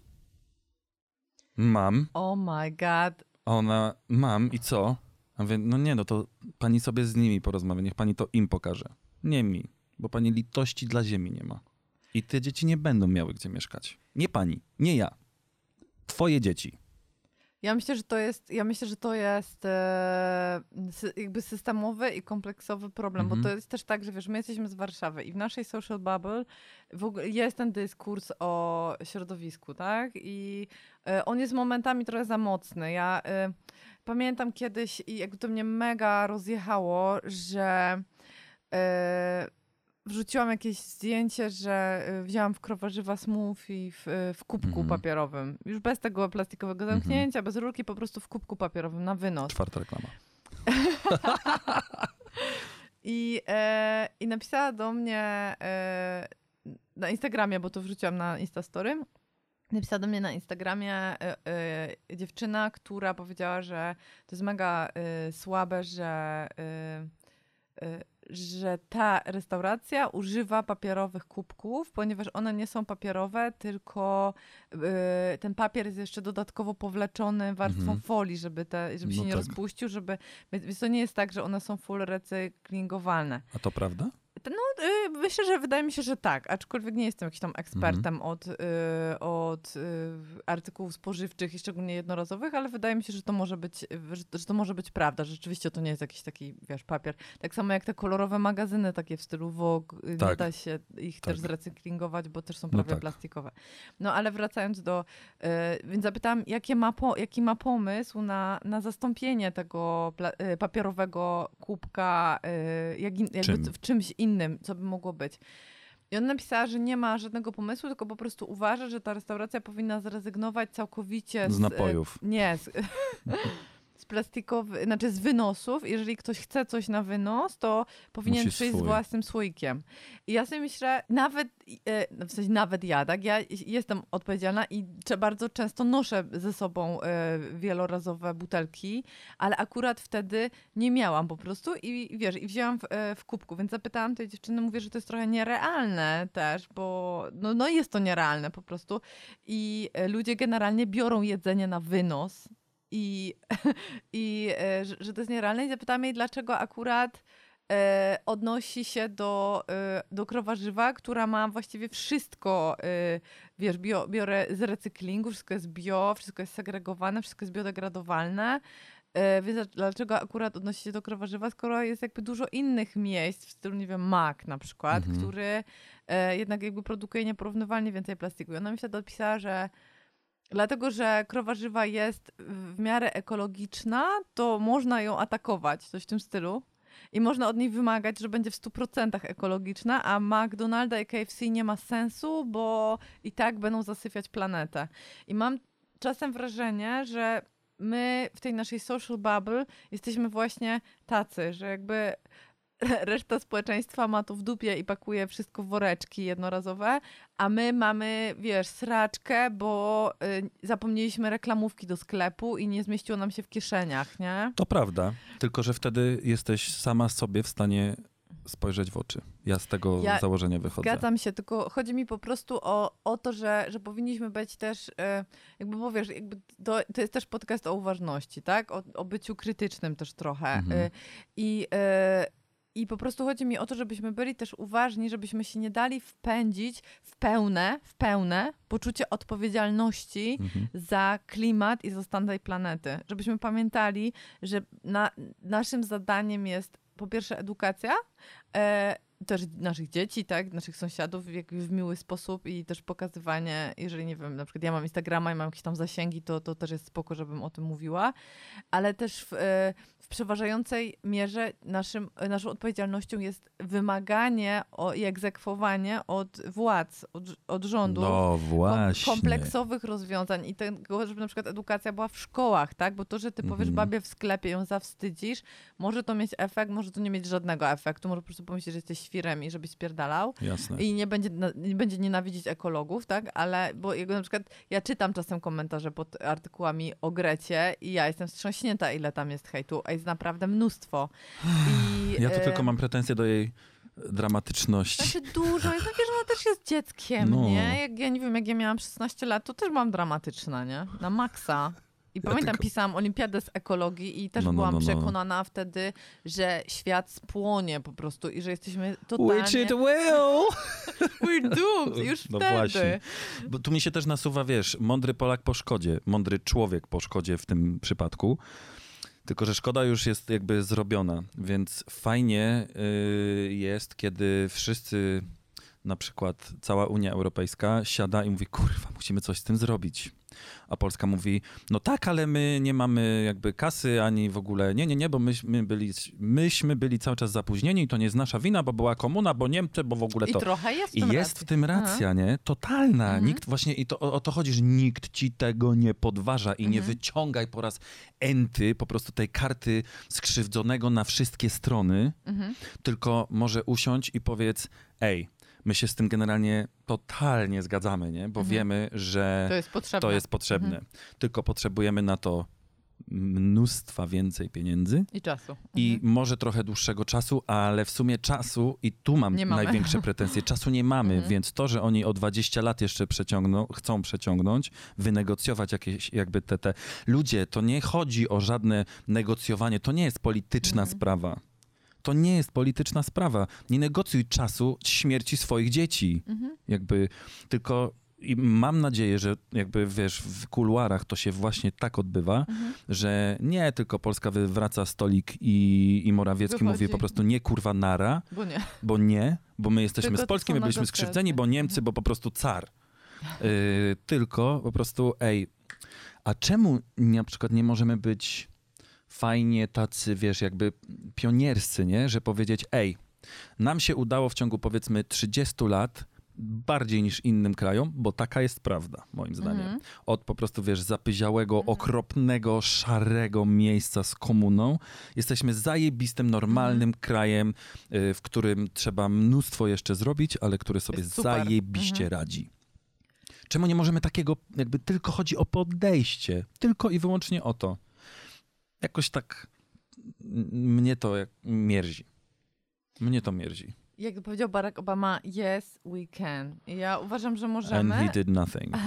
Mam. Oh my god. A ona, mam i co? A mówię, no nie, no to pani sobie z nimi porozmawia, niech pani to im pokaże. Nie mi, bo pani litości dla ziemi nie ma. I te dzieci nie będą miały gdzie mieszkać. Nie pani, nie ja. Twoje dzieci. Ja myślę, że to jest, ja myślę, że to jest e, sy, jakby systemowy i kompleksowy problem, mm-hmm. bo to jest też tak, że wiesz, my jesteśmy z Warszawy i w naszej social bubble w ogóle jest ten dyskurs o środowisku, tak? I e, on jest momentami trochę za mocny. Ja e, pamiętam kiedyś i jakby to mnie mega rozjechało, że e, wrzuciłam jakieś zdjęcie, że wzięłam w krowarzywa smoothie w, w kubku mm-hmm. papierowym. Już bez tego plastikowego zamknięcia, mm-hmm. bez rurki, po prostu w kubku papierowym na wynos. Czwarta reklama. I, e, I napisała do mnie e, na Instagramie, bo to wrzuciłam na Instastory. Napisała do mnie na Instagramie e, e, dziewczyna, która powiedziała, że to jest mega e, słabe, że e, e, że ta restauracja używa papierowych kubków, ponieważ one nie są papierowe, tylko y, ten papier jest jeszcze dodatkowo powleczony warstwą mm-hmm. folii, żeby, te, żeby się no nie tak. rozpuścił, żeby, więc to nie jest tak, że one są full recyklingowalne. A to prawda? No, y, myślę, że wydaje mi się, że tak, aczkolwiek nie jestem jakimś tam ekspertem mm-hmm. od, y, od y, artykułów spożywczych i szczególnie jednorazowych, ale wydaje mi się, że to może być, że, że to może być prawda, że rzeczywiście to nie jest jakiś taki, wiesz, papier. Tak samo jak te kolorowe magazyny takie w stylu Vogue, tak. nie da się ich tak. też zrecyklingować, bo też są prawie no tak. plastikowe. No ale wracając do, y, więc zapytałam, jakie ma po, jaki ma pomysł na, na zastąpienie tego pla- y, papierowego kubka y, jak in, jakby Czym? w czymś innym. Innym, co by mogło być. I ona napisała, że nie ma żadnego pomysłu, tylko po prostu uważa, że ta restauracja powinna zrezygnować całkowicie z... Z napojów. E, nie, z, z plastikowych, znaczy z wynosów. Jeżeli ktoś chce coś na wynos, to powinien Musi przyjść swój. z własnym słoikiem. I ja sobie myślę, nawet, e, w sensie nawet ja, tak, ja jestem odpowiedzialna i bardzo często noszę ze sobą e, wielorazowe butelki, ale akurat wtedy nie miałam po prostu i wiesz, i wzięłam w, e, w kubku, więc zapytałam tej dziewczyny, mówię, że to jest trochę nierealne też, bo no, no jest to nierealne po prostu i e, ludzie generalnie biorą jedzenie na wynos. I, i e, że, że to jest nierealne. I zapytałam jej, dlaczego akurat e, odnosi się do, e, do krowarzywa, która ma właściwie wszystko, e, wiesz, bio, biorę z recyklingu, wszystko jest bio, wszystko jest segregowane, wszystko jest biodegradowalne. E, więc dlaczego akurat odnosi się do krowarzywa, skoro jest jakby dużo innych miejsc, w stylu, nie wiem, Mac na przykład, mhm. który e, jednak jakby produkuje nieporównywalnie więcej plastiku. I ona mi się dopisała, że dlatego, że krowa żywa jest w miarę ekologiczna, to można ją atakować, coś w tym stylu. I można od niej wymagać, że będzie w stu procentach ekologiczna, a McDonalda i K F C nie ma sensu, bo i tak będą zasyfiać planetę. I mam czasem wrażenie, że my w tej naszej social bubble jesteśmy właśnie tacy, że jakby reszta społeczeństwa ma to w dupie i pakuje wszystko w woreczki jednorazowe, a my mamy, wiesz, sraczkę, bo y, zapomnieliśmy reklamówki do sklepu i nie zmieściło nam się w kieszeniach, nie? To prawda, tylko że wtedy jesteś sama sobie w stanie spojrzeć w oczy. Ja z tego Ja założenia wychodzę. Zgadzam się, tylko chodzi mi po prostu o, o to, że, że powinniśmy być też, e, jakby, bo wiesz, jakby to, to jest też podcast o uważności, tak? O, o byciu krytycznym też trochę. Mhm. E, I e, I po prostu chodzi mi o to, żebyśmy byli też uważni, żebyśmy się nie dali wpędzić w pełne, w pełne poczucie odpowiedzialności Mhm. za klimat i za stan tej planety. Żebyśmy pamiętali, że na, naszym zadaniem jest po pierwsze edukacja, e, też naszych dzieci, tak, naszych sąsiadów w, jakiś w miły sposób i też pokazywanie, jeżeli nie wiem, na przykład ja mam Instagrama i mam jakieś tam zasięgi, to, to też jest spoko, żebym o tym mówiła, ale też w, e, w przeważającej mierze naszym, naszą odpowiedzialnością jest wymaganie o, i egzekwowanie od władz, od, od rządu No właśnie. kompleksowych rozwiązań i tego, żeby na przykład edukacja była w szkołach, tak? Bo to, że ty powiesz Mhm. babie w sklepie, ją zawstydzisz, może to mieć efekt, może to nie mieć żadnego efektu, może po prostu pomyśleć, że jesteś świrem i żebyś spierdalał Jasne. i nie będzie, nie będzie nienawidzić ekologów, tak? Ale, bo jego na przykład, ja czytam czasem komentarze pod artykułami o Grecie i ja jestem wstrząśnięta, ile tam jest hejtu, a jest naprawdę mnóstwo. I, Ja to e, tylko mam pretensje do jej dramatyczności. Znaczy dużo, jest takie, że ona też jest dzieckiem, No. nie? Jak ja nie wiem, jak ja miałam szesnaście lat, to też byłam dramatyczna, nie? Na maksa. I Ja pamiętam, tylko- pisałam olimpiadę z ekologii i też No, no, byłam no, no. przekonana wtedy, że świat spłonie po prostu i że jesteśmy totalnie... Which it will! We're doomed, już No wtedy. właśnie. Bo tu mi się też nasuwa, wiesz, mądry Polak po szkodzie, mądry człowiek po szkodzie w tym przypadku. Tylko że szkoda już jest jakby zrobiona, więc fajnie y, jest, kiedy wszyscy, na przykład cała Unia Europejska siada i mówi, kurwa, musimy coś z tym zrobić. A Polska mówi, no tak, ale my nie mamy jakby kasy ani w ogóle, nie, nie, nie, bo myśmy byli, myśmy byli cały czas zapóźnieni i to nie jest nasza wina, bo była komuna, bo Niemcy, bo w ogóle I to... trochę jest w I tym jest racji. w tym racja, nie? Totalna. Mhm. Nikt właśnie, i to, o, o to chodzi, że nikt ci tego nie podważa i nie Mhm. wyciągaj po raz enty po prostu tej karty skrzywdzonego na wszystkie strony, Mhm. tylko może usiądź i powiedz, ej, my się z tym generalnie totalnie zgadzamy, nie? Bo Mhm. wiemy, że To jest potrzebne. to jest potrzebne. Mhm. Tylko potrzebujemy na to mnóstwa więcej pieniędzy I czasu. i Mhm. może trochę dłuższego czasu, ale w sumie czasu, i tu mam Nie mamy. największe pretensje, czasu nie mamy, Mhm. więc to, że oni o dwadzieścia lat jeszcze przeciągną, chcą przeciągnąć, wynegocjować jakieś jakby te, te... Ludzie, to nie chodzi o żadne negocjowanie, to nie jest polityczna Mhm. sprawa. To nie jest polityczna sprawa. Nie negocjuj czasu śmierci swoich dzieci. Mhm. Jakby tylko... I mam nadzieję, że jakby wiesz, w kuluarach to się właśnie tak odbywa, Mhm. że nie tylko Polska wywraca stolik i, i Morawiecki Wychodzi. mówi po prostu nie kurwa nara, Bo nie. bo nie, bo my jesteśmy Tylko z to Polski, są my byliśmy negocjacje. skrzywdzeni, bo Niemcy, bo po prostu car. Yy, tylko po prostu, ej, a czemu na przykład nie możemy być fajnie tacy, wiesz, jakby pionierscy, nie? Że powiedzieć, ej, nam się udało w ciągu powiedzmy trzydziestu lat bardziej niż innym krajom, bo taka jest prawda, moim zdaniem. Mhm. Od po prostu, wiesz, zapyziałego, okropnego, szarego miejsca z komuną. Jesteśmy zajebistym, normalnym krajem, y, w którym trzeba mnóstwo jeszcze zrobić, ale który sobie Jest super. zajebiście Mhm. radzi. Czemu nie możemy takiego, jakby tylko chodzi o podejście, tylko i wyłącznie o to. Jakoś tak m- mnie to jak mierzi. Mnie to mierzi. Jak powiedział Barack Obama, yes, we can. I ja uważam, że And możemy. he did nothing.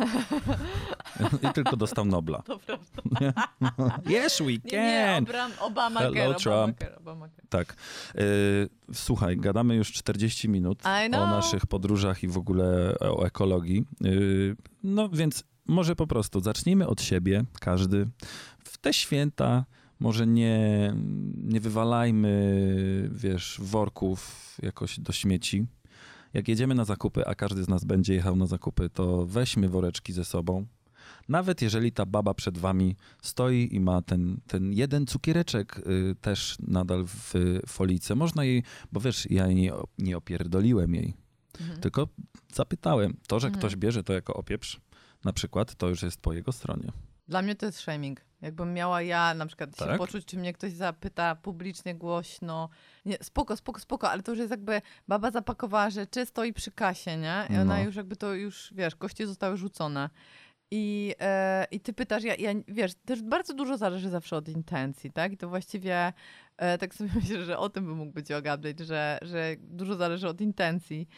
I tylko dostał Nobla. To prawda. Yes, we Nie, nie, can! Obram, Obama Hello, Obama Trump. Obama Tak. Y, słuchaj, gadamy już czterdzieści minut I o know. naszych podróżach i w ogóle o ekologii. Y, no więc może po prostu zacznijmy od siebie, każdy. W te święta może nie, nie wywalajmy, wiesz, worków jakoś do śmieci. Jak jedziemy na zakupy, a każdy z nas będzie jechał na zakupy, to weźmy woreczki ze sobą. Nawet jeżeli ta baba przed wami stoi i ma ten, ten jeden cukiereczek y, też nadal w folice, można jej, bo wiesz, ja nie, nie opierdoliłem jej, Mhm. tylko zapytałem. To, że Mhm. ktoś bierze to jako opieprz, na przykład, to już jest po jego stronie. Dla mnie to jest shaming. Jakbym miała ja na przykład Tak? się poczuć, czy mnie ktoś zapyta publicznie, głośno. Nie, spoko, spoko, spoko, ale to już jest jakby baba zapakowała rzeczy, stoi przy kasie, nie? I ona No. już jakby to już, wiesz, kości zostały rzucone. I, e, I ty pytasz, ja, ja, wiesz, też bardzo dużo zależy zawsze od intencji, tak? I to właściwie e, tak sobie myślę, że o tym by mógł być yoga update, że, że dużo zależy od intencji.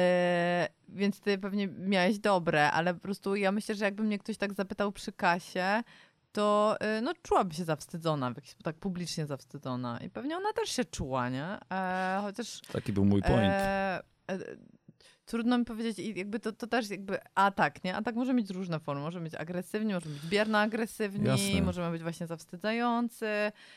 E, więc ty pewnie miałeś dobre, ale po prostu ja myślę, że jakby mnie ktoś tak zapytał przy kasie, to e, no, czułaby się zawstydzona, w jakiś sposób tak publicznie zawstydzona. I pewnie ona też się czuła, nie? E, chociaż... Taki był mój point. E, e, Trudno mi powiedzieć, i jakby to, to też jakby atak, nie? Atak może mieć różne formy. Może być agresywny, może być bierno-agresywni, Jasne. może być właśnie zawstydzający.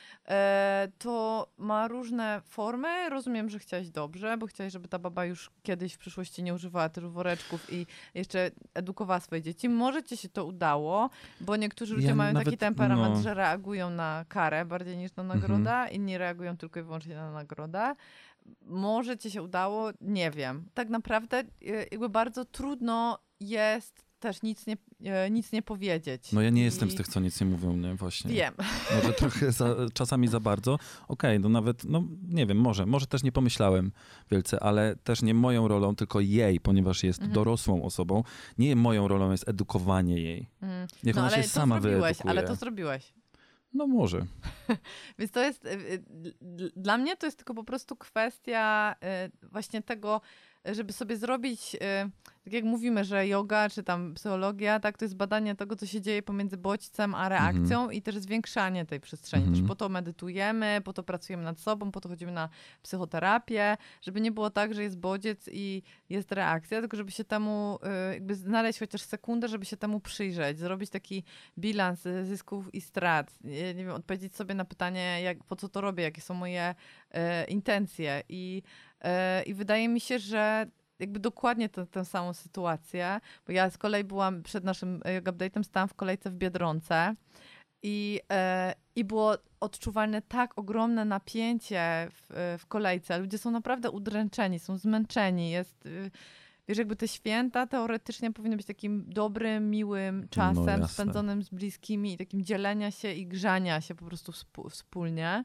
E, to ma różne formy. Rozumiem, że chciałeś dobrze, bo chciałeś, żeby ta baba już kiedyś w przyszłości nie używała tylu woreczków i jeszcze edukowała swoje dzieci. Może ci się to udało, bo niektórzy ludzie Ja mają nawet, taki temperament, no. że reagują na karę bardziej niż na nagrodę. Inni reagują tylko i wyłącznie na nagrodę. Może ci się udało, nie wiem. Tak naprawdę jakby bardzo trudno jest też nic nie, nic nie powiedzieć. No ja nie I... jestem z tych, co nic nie mówią, nie? Właśnie. Wiem. Może trochę za, czasami za bardzo. Okej, okay, no nawet, no nie wiem, może, może też nie pomyślałem wielce, ale też nie moją rolą, tylko jej, ponieważ jest mhm. dorosłą osobą, nie moją rolą jest edukowanie jej. Mhm. Niech no, ona ale się to sama zrobiłeś, wyedukuje. ale to zrobiłeś. No może. Więc to jest, dla mnie to jest tylko po prostu kwestia właśnie tego, żeby sobie zrobić, tak jak mówimy, że yoga czy tam psychologia, tak, to jest badanie tego, co się dzieje pomiędzy bodźcem a reakcją mm-hmm. i też zwiększanie tej przestrzeni. Mm-hmm. Też po to medytujemy, po to pracujemy nad sobą, po to chodzimy na psychoterapię, żeby nie było tak, że jest bodziec i jest reakcja, tylko żeby się temu, jakby znaleźć chociaż sekundę, żeby się temu przyjrzeć, zrobić taki bilans zysków i strat. Nie wiem, odpowiedzieć sobie na pytanie, jak, po co to robię, jakie są moje e, intencje i I wydaje mi się, że jakby dokładnie tę, tę samą sytuację, bo ja z kolei byłam przed naszym yoga update'em, stałam w kolejce w Biedronce i, e, i było odczuwalne tak ogromne napięcie w, w kolejce. Ludzie są naprawdę udręczeni, są zmęczeni. Jest, wiesz, jakby te święta teoretycznie powinny być takim dobrym, miłym czasem, no spędzonym z bliskimi i takim dzielenia się i grzania się po prostu wspólnie.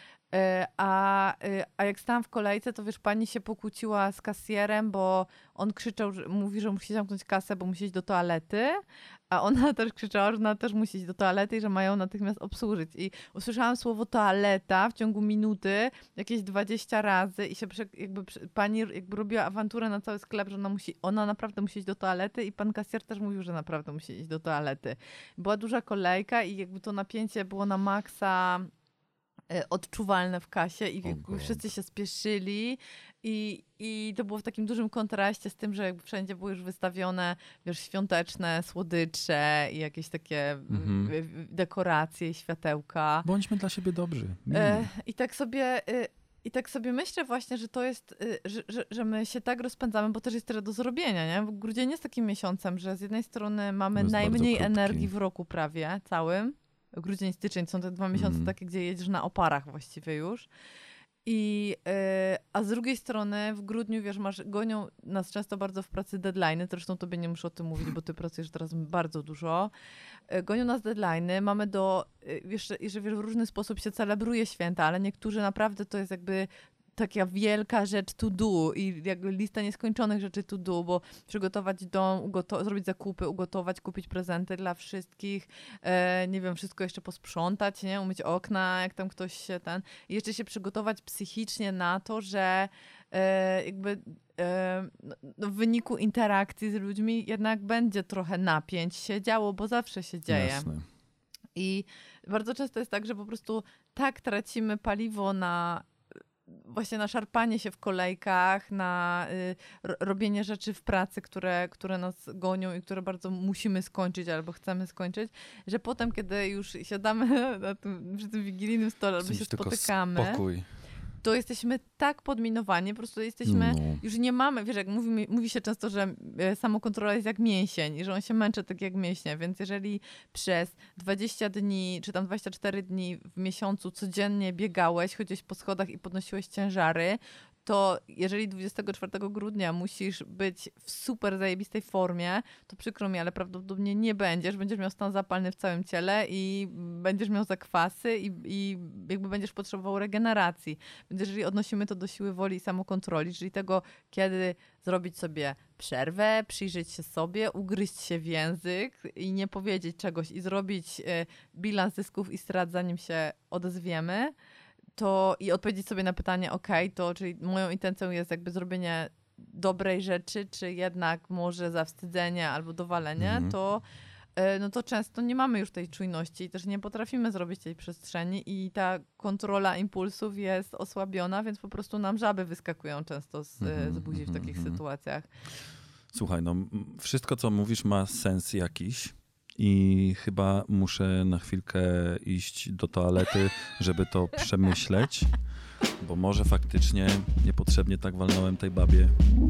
A, a jak stałam w kolejce, to wiesz, pani się pokłóciła z kasjerem, bo on krzyczał, że mówi, że musi zamknąć kasę, bo musi iść do toalety, a ona też krzyczała, że ona też musi iść do toalety i że mają natychmiast obsłużyć. I usłyszałam słowo toaleta w ciągu minuty jakieś dwadzieścia razy i się jakby pani jakby robiła awanturę na cały sklep, że ona musi, ona naprawdę musi iść do toalety i pan kasjer też mówił, że naprawdę musi iść do toalety. Była duża kolejka i jakby to napięcie było na maksa odczuwalne w kasie i oh wszyscy się spieszyli i, i to było w takim dużym kontraście z tym, że jakby wszędzie były już wystawione, wiesz, świąteczne słodycze i jakieś takie mm-hmm. dekoracje i światełka. Bądźmy dla siebie dobrzy. E, I tak sobie... I tak sobie myślę właśnie, że to jest, że, że, że my się tak rozpędzamy, bo też jest tyle do zrobienia, nie? Grudzień jest takim miesiącem, że z jednej strony mamy najmniej energii w roku prawie całym. Grudzień, styczeń są te dwa miesiące mm. takie, gdzie jedziesz na oparach właściwie już. I, yy, a z drugiej strony w grudniu, wiesz, masz, gonią nas często bardzo w pracy deadline'y, zresztą tobie nie muszę o tym mówić, bo ty pracujesz teraz bardzo dużo. Yy, gonią nas deadline'y, mamy do, yy, wiesz, że, że wiesz, w różny sposób się celebruje święta, ale niektórzy naprawdę to jest jakby taka wielka rzecz to do i jakby lista nieskończonych rzeczy to do, bo przygotować dom, ugoto- zrobić zakupy, ugotować, kupić prezenty dla wszystkich, e, nie wiem, wszystko jeszcze posprzątać, nie, umyć okna, jak tam ktoś się ten, i jeszcze się przygotować psychicznie na to, że e, jakby e, no, w wyniku interakcji z ludźmi jednak będzie trochę napięć się działo, bo zawsze się dzieje. Jasne. I bardzo często jest tak, że po prostu tak tracimy paliwo na właśnie na szarpanie się w kolejkach, na y, robienie rzeczy w pracy, które, które nas gonią i które bardzo musimy skończyć albo chcemy skończyć, że potem, kiedy już siadamy na tym, przy tym wigilijnym stole albo się spotykamy, spokój. to jesteśmy tak podminowani, po prostu jesteśmy, no. już nie mamy, wiesz, jak mówi, mówi się często, że samokontrola jest jak mięsień i że on się męczy tak jak mięśnie, więc jeżeli przez dwadzieścia dni, czy tam dwadzieścia cztery dni w miesiącu codziennie biegałeś, chodziłeś po schodach i podnosiłeś ciężary, to jeżeli dwudziestego czwartego grudnia musisz być w super zajebistej formie, to przykro mi, ale prawdopodobnie nie będziesz. Będziesz miał stan zapalny w całym ciele i będziesz miał zakwasy i, i jakby będziesz potrzebował regeneracji. Więc jeżeli odnosimy to do siły woli i samokontroli, czyli tego, kiedy zrobić sobie przerwę, przyjrzeć się sobie, ugryźć się w język i nie powiedzieć czegoś i zrobić y, bilans zysków i strat, zanim się odezwiemy, to i odpowiedzieć sobie na pytanie, ok, to czyli moją intencją jest jakby zrobienie dobrej rzeczy, czy jednak może zawstydzenie albo dowalenie, mm. to, no to często nie mamy już tej czujności i też nie potrafimy zrobić tej przestrzeni i ta kontrola impulsów jest osłabiona, więc po prostu nam żaby wyskakują często z, mm. z buzi w takich mm. sytuacjach. Słuchaj, no wszystko co mówisz ma sens jakiś. I chyba muszę na chwilkę iść do toalety, żeby to przemyśleć, bo może faktycznie niepotrzebnie tak walnąłem tej babie.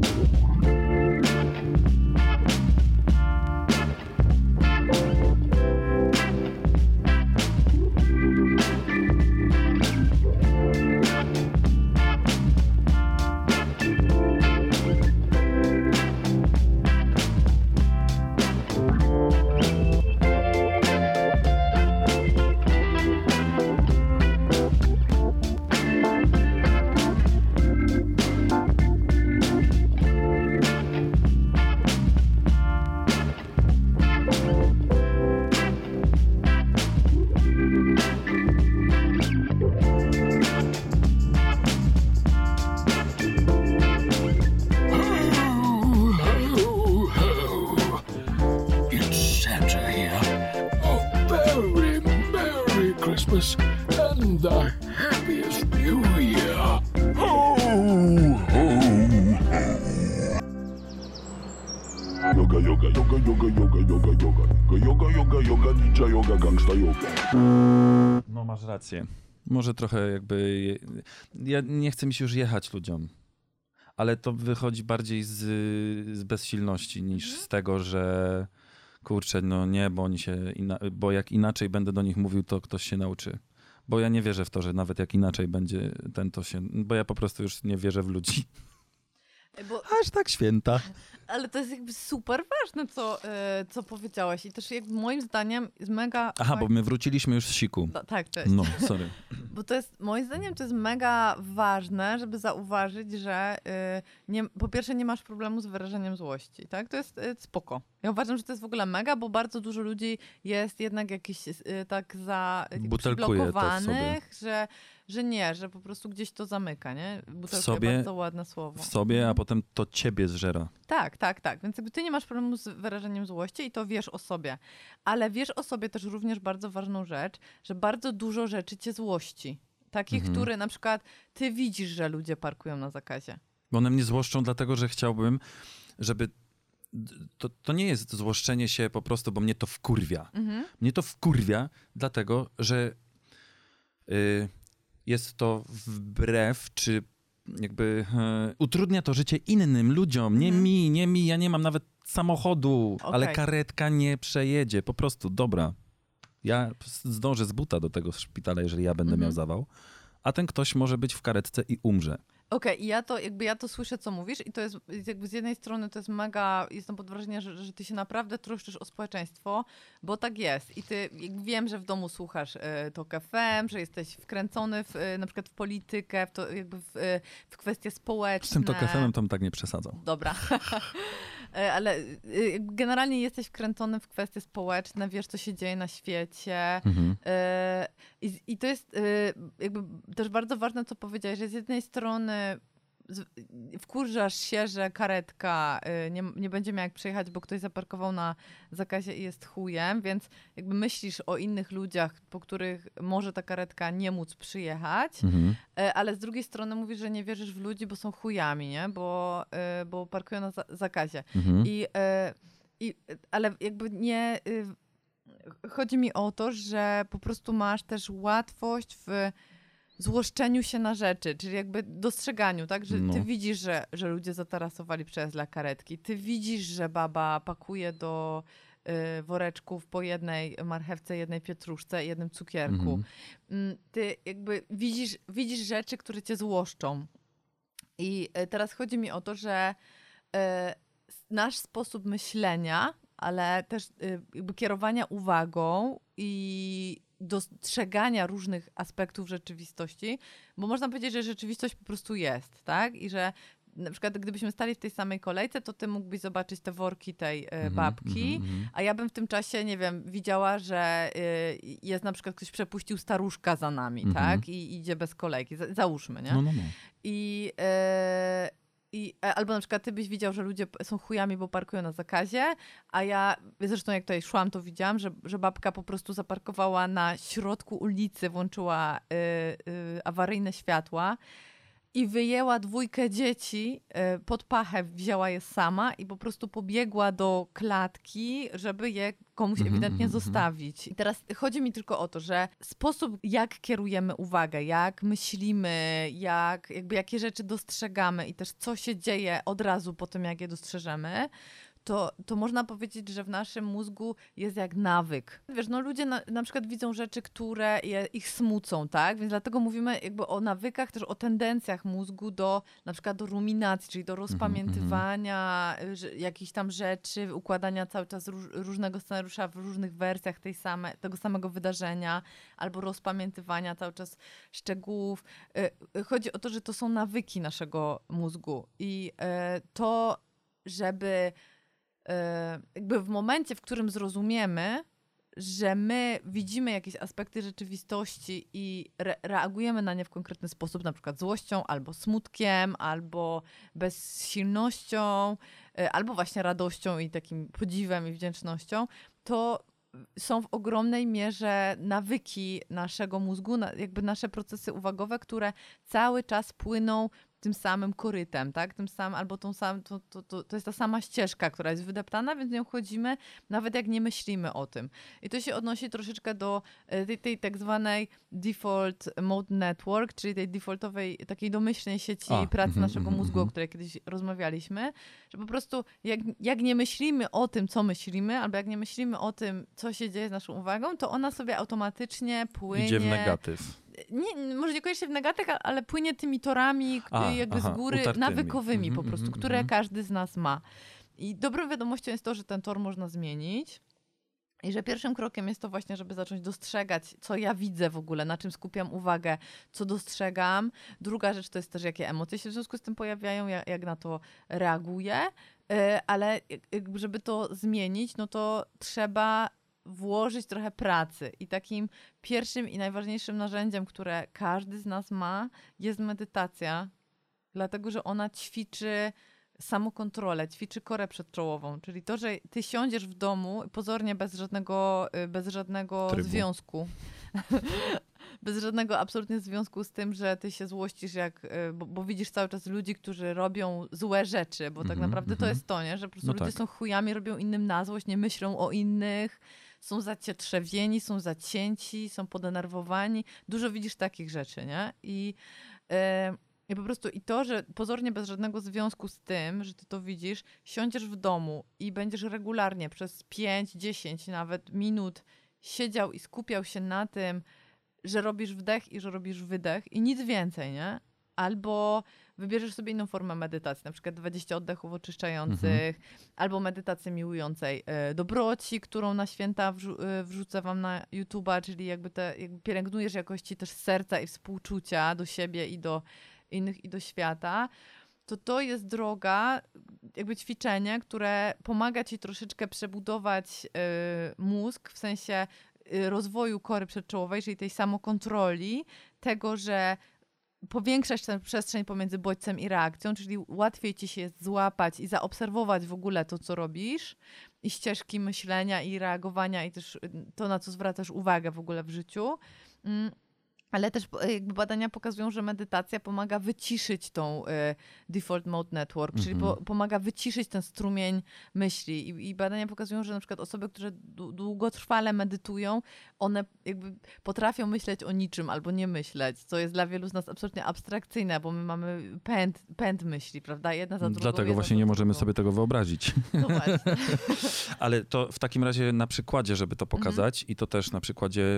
And the happiest New Year. Ho, ho, ho. Yoga, yoga, yoga, yoga, yoga, yoga, yoga, yoga, yoga, yoga, ninja yoga, gangsta yoga. No masz rację. Może trochę jakby... Ja nie chcę mi się już jechać ludziom. Ale to wychodzi bardziej z, z bezsilności niż z tego, że kurczę, no nie, bo oni się... Ina- bo jak inaczej będę do nich mówił, to ktoś się nauczy. Bo ja nie wierzę w to, że nawet jak inaczej będzie ten, to się... Bo ja po prostu już nie wierzę w ludzi. Bo, aż tak święta. Ale to jest jakby super ważne, co, yy, co powiedziałeś. I też jakby moim zdaniem jest mega... Aha, bo my wróciliśmy już z siku. No, tak, cześć. No, sorry. Bo to jest, moim zdaniem to jest mega ważne, żeby zauważyć, że yy, nie, po pierwsze nie masz problemu z wyrażeniem złości, tak? To jest yy, spoko. Ja uważam, że to jest w ogóle mega, bo bardzo dużo ludzi jest jednak jakiś yy, tak za przyblokowanych, że że nie, że po prostu gdzieś to zamyka, nie? Butelka w sobie, bardzo ładne słowo. W sobie, a potem to ciebie zżera. Tak, tak, tak. Więc jakby ty nie masz problemu z wyrażeniem złości i to wiesz o sobie. Ale wiesz o sobie też również bardzo ważną rzecz, że bardzo dużo rzeczy cię złości. Takich, mhm. które na przykład ty widzisz, że ludzie parkują na zakazie. Bo one mnie złoszczą dlatego, że chciałbym, żeby... To, to nie jest złoszczenie się po prostu, bo mnie to wkurwia. Mhm. Mnie to wkurwia dlatego, że... Yy, jest to wbrew, czy jakby e, utrudnia to życie innym ludziom. Nie mm. mi, nie mi, ja nie mam nawet samochodu, okay. ale karetka nie przejedzie. Po prostu, dobra. Ja zdążę z buta do tego szpitala, jeżeli ja będę mm-hmm. miał zawał, a ten ktoś może być w karetce i umrze. Okej, okay, i ja to jakby ja to słyszę, co mówisz i to jest jakby z jednej strony to jest mega, jestem pod wrażeniem, że, że ty się naprawdę troszczysz o społeczeństwo, bo tak jest i ty, wiem, że w domu słuchasz y, Tok F M, że jesteś wkręcony w, y, na przykład w politykę, w, to, jakby w, y, w kwestie społeczne. Z tym Tok F M to bym tak nie przesadzał. Dobra. Ale y, generalnie jesteś wkręcony w kwestie społeczne, wiesz, co się dzieje na świecie. Mhm. Y, i, I to jest y, jakby też bardzo ważne, co powiedziałeś, że z jednej strony wkurzasz się, że karetka y, nie, nie będzie miała jak przejechać, bo ktoś zaparkował na zakazie i jest chujem, więc jakby myślisz o innych ludziach, po których może ta karetka nie móc przyjechać, mhm. y, ale z drugiej strony mówisz, że nie wierzysz w ludzi, bo są chujami, nie? Bo, y, bo parkują na za- zakazie. Mhm. I, y, i, ale jakby nie... Y, chodzi mi o to, że po prostu masz też łatwość w złoszczeniu się na rzeczy, czyli jakby dostrzeganiu, tak? Że no. ty widzisz, że, że ludzie zatarasowali przez dla karetki. Ty widzisz, że baba pakuje do y, woreczków po jednej marchewce, jednej pietruszce i jednym cukierku. Mhm. Ty jakby widzisz, widzisz rzeczy, które cię złoszczą. I teraz chodzi mi o to, że e, nasz sposób myślenia, ale też e, jakby kierowania uwagą i dostrzegania różnych aspektów rzeczywistości, bo można powiedzieć, że rzeczywistość po prostu jest, tak? I że na przykład gdybyśmy stali w tej samej kolejce, to ty mógłbyś zobaczyć te worki tej y, babki, mm, mm, a ja bym w tym czasie, nie wiem, widziała, że y, jest na przykład ktoś przepuścił staruszka za nami, mm, tak? I idzie bez kolejki. Z- załóżmy, nie? No, no, no. I... Y, I, albo na przykład ty byś widział, że ludzie są chujami, bo parkują na zakazie, a ja, zresztą jak tutaj szłam, to widziałam, że, że babka po prostu zaparkowała na środku ulicy, włączyła y, y, awaryjne światła i wyjęła dwójkę dzieci y, pod pachę, wzięła je sama i po prostu pobiegła do klatki, żeby je komuś Mhm, ewidentnie mhm, zostawić. I teraz chodzi mi tylko o to, że sposób, jak kierujemy uwagę, jak myślimy, jak, jakby jakie rzeczy dostrzegamy i też co się dzieje od razu po tym, jak je dostrzeżemy, to, to można powiedzieć, że w naszym mózgu jest jak nawyk. Wiesz, no ludzie na, na przykład widzą rzeczy, które je, ich smucą, tak? Więc dlatego mówimy jakby o nawykach, też o tendencjach mózgu do na przykład do ruminacji, czyli do rozpamiętywania mm-hmm. że, jakichś tam rzeczy, układania cały czas róż, różnego scenariusza w różnych wersjach tej same, tego samego wydarzenia, albo rozpamiętywania cały czas szczegółów. Chodzi o to, że to są nawyki naszego mózgu i to, żeby jakby w momencie, w którym zrozumiemy, że my widzimy jakieś aspekty rzeczywistości i re- reagujemy na nie w konkretny sposób, na przykład złością, albo smutkiem, albo bezsilnością, albo właśnie radością i takim podziwem i wdzięcznością, to są w ogromnej mierze nawyki naszego mózgu, jakby nasze procesy uwagowe, które cały czas płyną tym samym korytem, tak? Tym samym, albo tą sam, to, to, to, to jest ta sama ścieżka, która jest wydeptana, więc nią chodzimy, nawet jak nie myślimy o tym. I to się odnosi troszeczkę do tej, tej tak zwanej default mode network, czyli tej defaultowej, takiej domyślnej sieci A, pracy mm, naszego mm, mózgu, mm. o której kiedyś rozmawialiśmy, że po prostu jak, jak nie myślimy o tym, co myślimy, albo jak nie myślimy o tym, co się dzieje z naszą uwagą, to ona sobie automatycznie płynie. Idzie w negatyw. Nie, może niekoniecznie w negatyw, ale płynie tymi torami A, jakby aha, z góry utartymi. nawykowymi Mm-hmm, po prostu, mm-hmm, które mm-hmm. każdy z nas ma. I dobrą wiadomością jest to, że ten tor można zmienić i że pierwszym krokiem jest to właśnie, żeby zacząć dostrzegać, co ja widzę w ogóle, na czym skupiam uwagę, co dostrzegam. Druga rzecz to jest też, jakie emocje się w związku z tym pojawiają, jak, jak na to reaguję, ale żeby to zmienić, no to trzeba włożyć trochę pracy i takim pierwszym i najważniejszym narzędziem, które każdy z nas ma, jest medytacja, dlatego że ona ćwiczy samokontrolę, ćwiczy korę przedczołową, czyli to, że ty siądziesz w domu pozornie bez żadnego, bez żadnego Trybu. związku. Bez żadnego absolutnie związku z tym, że ty się złościsz, jak, bo, bo widzisz cały czas ludzi, którzy robią złe rzeczy, bo tak Mm-hmm, naprawdę mm-hmm. to jest to, nie? Że po prostu No ludzie tak. są chujami, robią innym na złość, nie myślą o innych, są zacietrzewieni, są zacięci, są podenerwowani. Dużo widzisz takich rzeczy, nie? I, yy, i po prostu i to, że pozornie bez żadnego związku z tym, że ty to widzisz, siądziesz w domu i będziesz regularnie przez pięć, dziesięć nawet minut siedział i skupiał się na tym, że robisz wdech i że robisz wydech i nic więcej, nie? Albo wybierzesz sobie inną formę medytacji, na przykład dwadzieścia oddechów oczyszczających, mhm. albo medytację miłującej y, dobroci, którą na święta wrzu- y, wrzucę wam na YouTube'a, czyli jakby, te, jakby pielęgnujesz jakości też serca i współczucia do siebie i do innych i do świata, to to jest droga, jakby ćwiczenie, które pomaga ci troszeczkę przebudować y, mózg, w sensie rozwoju kory przedczołowej, czyli tej samokontroli, tego, że powiększać tę przestrzeń pomiędzy bodźcem i reakcją, czyli łatwiej ci się jest złapać i zaobserwować w ogóle to, co robisz i ścieżki myślenia i reagowania i też to, na co zwracasz uwagę w ogóle w życiu. Ale też jakby badania pokazują, że medytacja pomaga wyciszyć tą y, default mode network, mm-hmm. czyli po, pomaga wyciszyć ten strumień myśli. I, I badania pokazują, że na przykład osoby, które d- długotrwale medytują, one jakby potrafią myśleć o niczym albo nie myśleć, co jest dla wielu z nas absolutnie abstrakcyjne, bo my mamy pęd, pęd myśli, prawda? Jedna za drugą. Dlatego właśnie nie możemy drugą. sobie tego wyobrazić. No właśnie. Ale to w takim razie na przykładzie, żeby to pokazać mm-hmm. i to też na przykładzie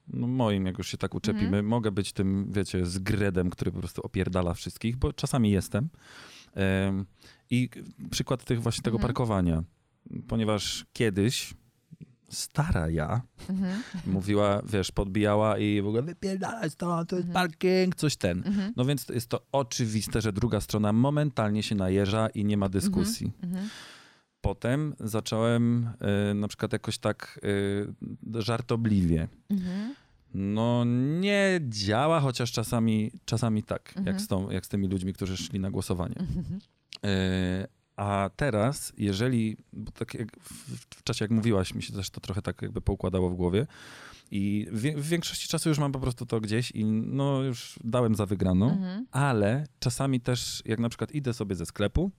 no moim, jak już się tak uczepimy, Mhm. mogę być tym, wiecie, zgredem, który po prostu opierdala wszystkich, bo czasami jestem. Em, I przykład tych właśnie tego Mhm. parkowania, ponieważ kiedyś stara ja Mhm. mówiła, wiesz, podbijała i w ogóle wypierdalaj stąd, to jest Mhm. parking, coś ten. Mhm. No więc jest to oczywiste, że druga strona momentalnie się najeża i nie ma dyskusji. Mhm. Potem zacząłem y, na przykład jakoś tak y, żartobliwie. Mhm. No nie działa, chociaż czasami, czasami tak, Mhm. jak, z tą, jak z tymi ludźmi, którzy szli na głosowanie. Mhm. Y, a teraz, jeżeli, bo tak jak w, w czasie jak mówiłaś, mi się też to trochę tak jakby poukładało w głowie i w, w większości czasu już mam po prostu to gdzieś i no już dałem za wygraną, Mhm. ale czasami też, jak na przykład idę sobie ze sklepu,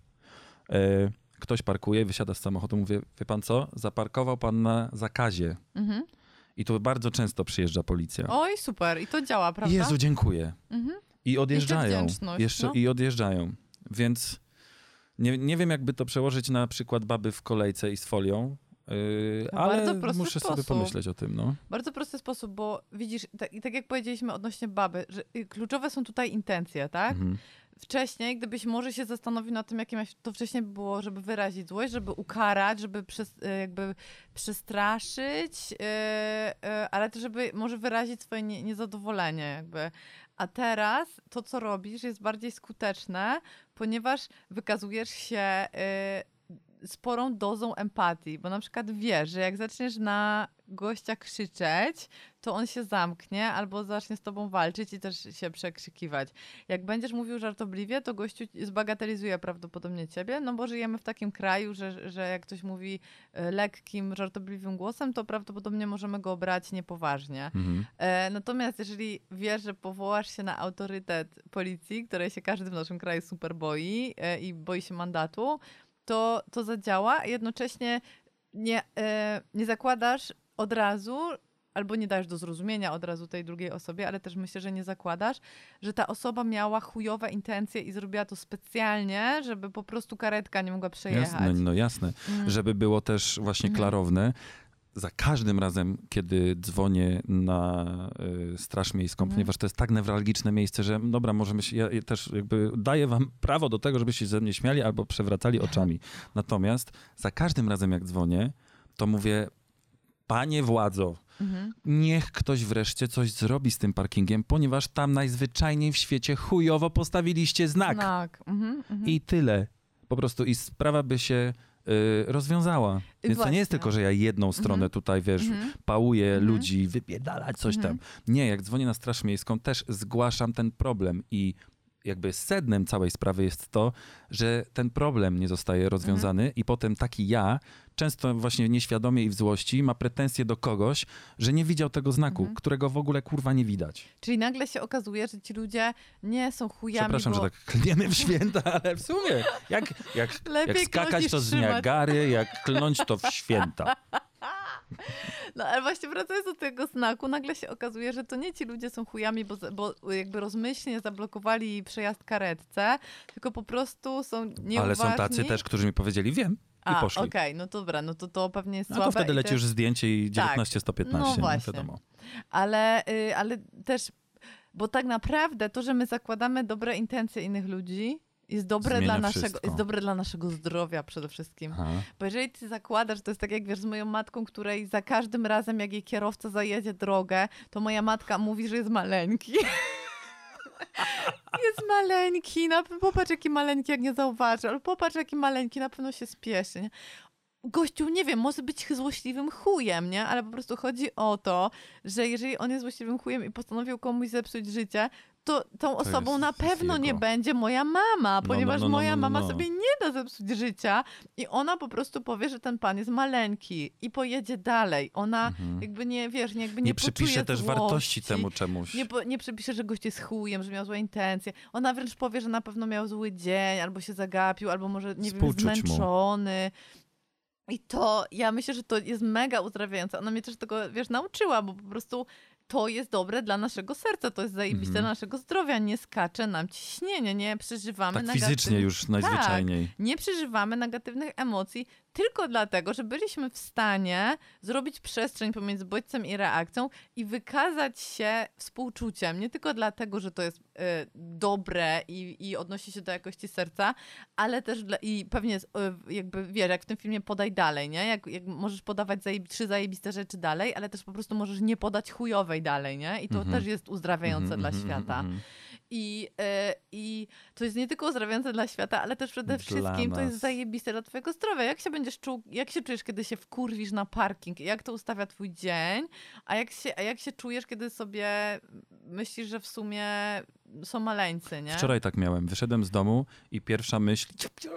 y, ktoś parkuje, wysiada z samochodu, mówię, wie pan co, zaparkował pan na zakazie. Mhm. I tu bardzo często przyjeżdża policja. Oj, super. I to działa, prawda? Jezu, dziękuję. Mhm. I odjeżdżają. wdzięczność, Jeszcze no. i odjeżdżają. Więc nie, nie wiem, jakby to przełożyć na przykład baby w kolejce i z folią, yy, No, ale bardzo prosty muszę sobie sposób. pomyśleć o tym, no. Bardzo prosty sposób, bo widzisz, tak, i tak jak powiedzieliśmy odnośnie baby, że y, kluczowe są tutaj intencje, tak? Mhm. Wcześniej, gdybyś może się zastanowił nad tym, jakie miałeś, to wcześniej by było, żeby wyrazić złość, żeby ukarać, żeby przes, y, jakby przestraszyć, yy, yy, ale też żeby może wyrazić swoje nie, niezadowolenie jakby. A teraz to, co robisz, jest bardziej skuteczne, ponieważ wykazujesz się yy, sporą dozą empatii, bo na przykład wiesz, że jak zaczniesz na gościa krzyczeć, to on się zamknie albo zacznie z tobą walczyć i też się przekrzykiwać. Jak będziesz mówił żartobliwie, to gościu zbagatelizuje prawdopodobnie ciebie, no bo żyjemy w takim kraju, że, że jak ktoś mówi e, lekkim, żartobliwym głosem, to prawdopodobnie możemy go brać niepoważnie. Mhm. E, natomiast jeżeli wiesz, że powołasz się na autorytet policji, której się każdy w naszym kraju super boi e, i boi się mandatu, to, to zadziała, a jednocześnie nie, e, nie zakładasz od razu, albo nie dajesz do zrozumienia od razu tej drugiej osobie, ale też myślę, że nie zakładasz, że ta osoba miała chujowe intencje i zrobiła to specjalnie, żeby po prostu karetka nie mogła przejechać. Jasne, no jasne. Mm. Żeby było też właśnie Mhm. klarowne, za każdym razem, kiedy dzwonię na y, Straż Miejską, Mhm. ponieważ to jest tak newralgiczne miejsce, że dobra, możemy się, ja też jakby daję wam prawo do tego, żebyście się ze mnie śmiali albo przewracali oczami. Natomiast za każdym razem, jak dzwonię, to mówię, panie władzo, Mhm. niech ktoś wreszcie coś zrobi z tym parkingiem, ponieważ tam najzwyczajniej w świecie chujowo postawiliście znak. Znak. Mhm, mhm. I tyle. Po prostu i sprawa by się y, rozwiązała. Więc to nie jest Właśnie. tylko, że ja jedną stronę Mhm. tutaj, wiesz, Mhm. pałuję Mhm. ludzi, wypierdalać coś Mhm. tam. Nie, jak dzwonię na Straż Miejską, też zgłaszam ten problem i jakby sednem całej sprawy jest to, że ten problem nie zostaje rozwiązany Mhm. i potem taki ja, często właśnie nieświadomie i w złości, ma pretensje do kogoś, że nie widział tego znaku, Mhm. którego w ogóle kurwa nie widać. Czyli nagle się okazuje, że ci ludzie nie są chujami, Przepraszam, bo że tak klniemy w święta, ale w sumie jak, jak, lepiej jak skakać kogoś to z trzymać. Niagary, jak klnąć to w święta. No ale właśnie wracając do tego znaku, nagle się okazuje, że to nie ci ludzie są chujami, bo, za- bo jakby rozmyślnie zablokowali przejazd karetce, tylko po prostu są nieuważni. Ale są tacy też, którzy mi powiedzieli, wiem, i A, poszli. okej, no to dobra, no to to pewnie jest A słabe. to wtedy i leci też- już zdjęcie i dziewiętnaście sto piętnaście, No no właśnie. wiadomo. Ale, y, ale też, bo tak naprawdę to, że my zakładamy dobre intencje innych ludzi, jest dobre, Zmienia dla naszego, wszystko. jest dobre dla naszego zdrowia przede wszystkim. Aha. Bo jeżeli ty zakładasz, to jest tak jak wiesz z moją matką, której za każdym razem, jak jej kierowca zajedzie drogę, to moja matka mówi, że jest maleńki. Jest maleńki, na, popatrz jaki maleńki, jak nie zauważy, ale popatrz jaki maleńki, na pewno się spieszy. Nie? Gościu, nie wiem, może być złośliwym chujem, nie? Ale po prostu chodzi o to, że jeżeli on jest złośliwym chujem i postanowił komuś zepsuć życie, to tą osobą jest- na to jest pewno nie jego. będzie moja mama, no, ponieważ no, no, moja no, no, mama no. sobie nie da zepsuć życia i ona po prostu powie, że ten pan jest maleńki i pojedzie dalej. Ona Mhm. jakby nie, wiesz, nie, jakby nie, Nie przypisze poczuje też złości. wartości temu czemuś. Nie, po, nie przypisze, że gość jest chujem, że miał złe intencje. Ona wręcz powie, że na pewno miał zły dzień, albo się zagapił, albo może, nie wiem, Współczuć mu. zmęczony. I to, ja myślę, że to jest mega uzdrawiające. Ona mnie też tego, wiesz, nauczyła, bo po prostu to jest dobre dla naszego serca, to jest zajebiste Mhm. dla naszego zdrowia. Nie skacze nam ciśnienie, nie przeżywamy Tak negatywnych... fizycznie już najzwyczajniej. Nie przeżywamy negatywnych emocji tylko dlatego, że byliśmy w stanie zrobić przestrzeń pomiędzy bodźcem i reakcją i wykazać się współczuciem. Nie tylko dlatego, że to jest y, dobre i, i odnosi się do jakości serca, ale też dla, i pewnie jest, y, jakby wiesz, jak w tym filmie podaj dalej, nie? Jak, jak możesz podawać zajeb- trzy zajebiste rzeczy dalej, ale też po prostu możesz nie podać chujowej dalej, nie? I to Mhm. też jest uzdrawiające Mhm, dla mhm, świata. mhm. I, y, I to jest nie tylko uzdrawiające dla świata, ale też przede Dla wszystkim to jest nas. zajebiste dla twojego zdrowia. Jak się będziesz czuł, jak się czujesz, kiedy się wkurwisz na parking? Jak to ustawia twój dzień? A jak się, a jak się czujesz, kiedy sobie myślisz, że w sumie są maleńcy, nie? Wczoraj tak miałem. Wyszedłem z domu i pierwsza myśl...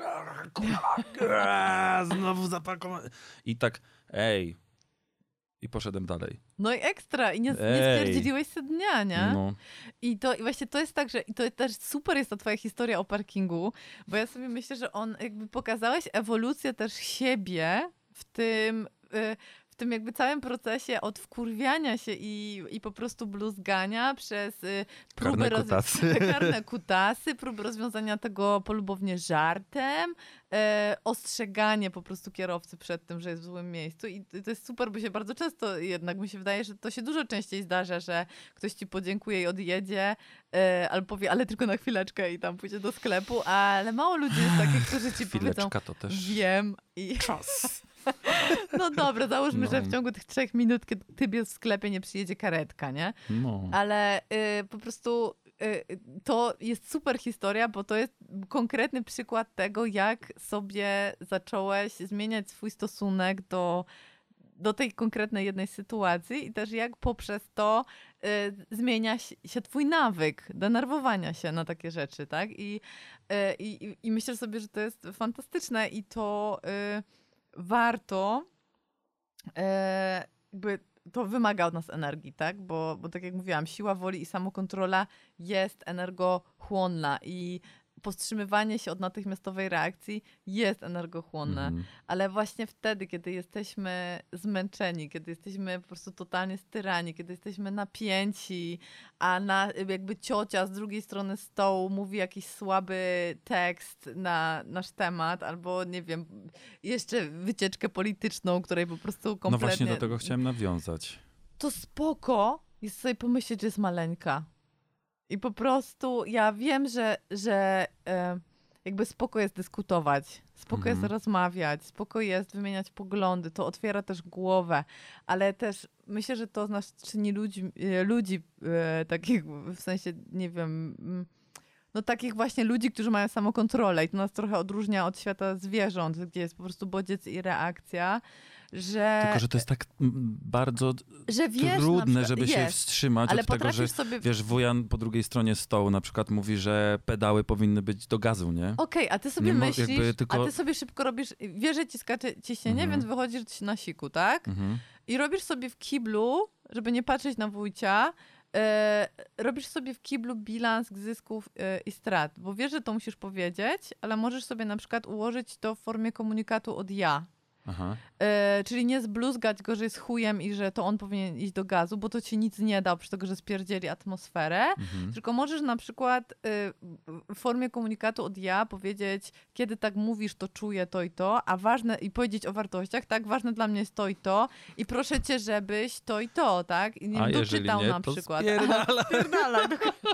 Kurwa, znowu zapakowane. I tak, ej... I poszedłem dalej. No i ekstra. I nie, nie Ej. spierdzieliłeś się dnia, nie? No. I to i właśnie to jest tak, że i to też super jest ta twoja historia o parkingu, bo ja sobie myślę, że on jakby pokazałeś ewolucję też siebie w tym, y, w tym jakby całym procesie od wkurwiania się i, i po prostu bluzgania przez y, próby Karne kutasy. karne kutasy, próby rozwiązania tego polubownie żartem, e, ostrzeganie po prostu kierowcy przed tym, że jest w złym miejscu. I to jest super, bo się bardzo często jednak mi się wydaje, że to się dużo częściej zdarza, że ktoś ci podziękuje i odjedzie, e, albo powie, ale tylko na chwileczkę i tam pójdzie do sklepu, ale mało ludzi jest takich, którzy ci powiedzą, Chwileczka to też... wiem i... Czas. No dobra, załóżmy, No. że w ciągu tych trzech minut, kiedy ty w sklepie nie przyjedzie karetka, nie? No. Ale y, po prostu y, to jest super historia, bo to jest konkretny przykład tego, jak sobie zacząłeś zmieniać swój stosunek do, do tej konkretnej jednej sytuacji i też jak poprzez to y, zmienia się twój nawyk denerwowania się na takie rzeczy, tak? I, y, i, i myślę sobie, że to jest fantastyczne i to y, warto e, jakby to wymaga od nas energii, tak? Bo, bo tak jak mówiłam, siła woli i samokontrola jest energochłonna i powstrzymywanie się od natychmiastowej reakcji jest energochłonne. Mhm. Ale właśnie wtedy, kiedy jesteśmy zmęczeni, kiedy jesteśmy po prostu totalnie styrani, kiedy jesteśmy napięci, a na, jakby ciocia z drugiej strony stołu mówi jakiś słaby tekst na nasz temat, albo nie wiem, jeszcze wycieczkę polityczną, której po prostu kompletnie... No właśnie do tego chciałem nawiązać. To spoko jest sobie pomyśleć, że jest maleńka. I po prostu ja wiem, że, że e, jakby spoko jest dyskutować, spoko Mhm. jest rozmawiać, spoko jest wymieniać poglądy, to otwiera też głowę, ale też myślę, że to z nas czyni ludzi, e, ludzi e, takich w sensie, nie wiem, mm, no takich właśnie ludzi, którzy mają samokontrolę i to nas trochę odróżnia od świata zwierząt, gdzie jest po prostu bodziec i reakcja, że... Tylko, że to jest tak mm, bardzo że wiesz, trudne, na przykład, żeby się jest, wstrzymać ale od tego, potrafisz że sobie... wiesz, wujan po drugiej stronie stołu na przykład mówi, że pedały powinny być do gazu, nie? Okej, a ty sobie Nie mo- myślisz, jakby tylko- a ty sobie szybko robisz, wiesz, że ci skacze ciśnienie, Mhm. więc wychodzisz na siku, tak? Mhm. I robisz sobie w kiblu, żeby nie patrzeć na wujcia, e, robisz sobie w kiblu bilans zysków e, i strat, bo wiesz, że to musisz powiedzieć, ale możesz sobie na przykład ułożyć to w formie komunikatu od ja. Aha. E, czyli nie zbluzgać go, że jest chujem i że to on powinien iść do gazu, bo to ci nic nie da, oprócz tego, że spierdzieli atmosferę. Mhm. Tylko możesz na przykład y, w formie komunikatu od ja powiedzieć, kiedy tak mówisz, to czuję to i to, a ważne, i powiedzieć o wartościach, tak, ważne dla mnie jest to i to i proszę cię, żebyś to i to, tak? I nie A wiem, jeżeli doczytał nie, na to przykład. spierdala. Spierdala.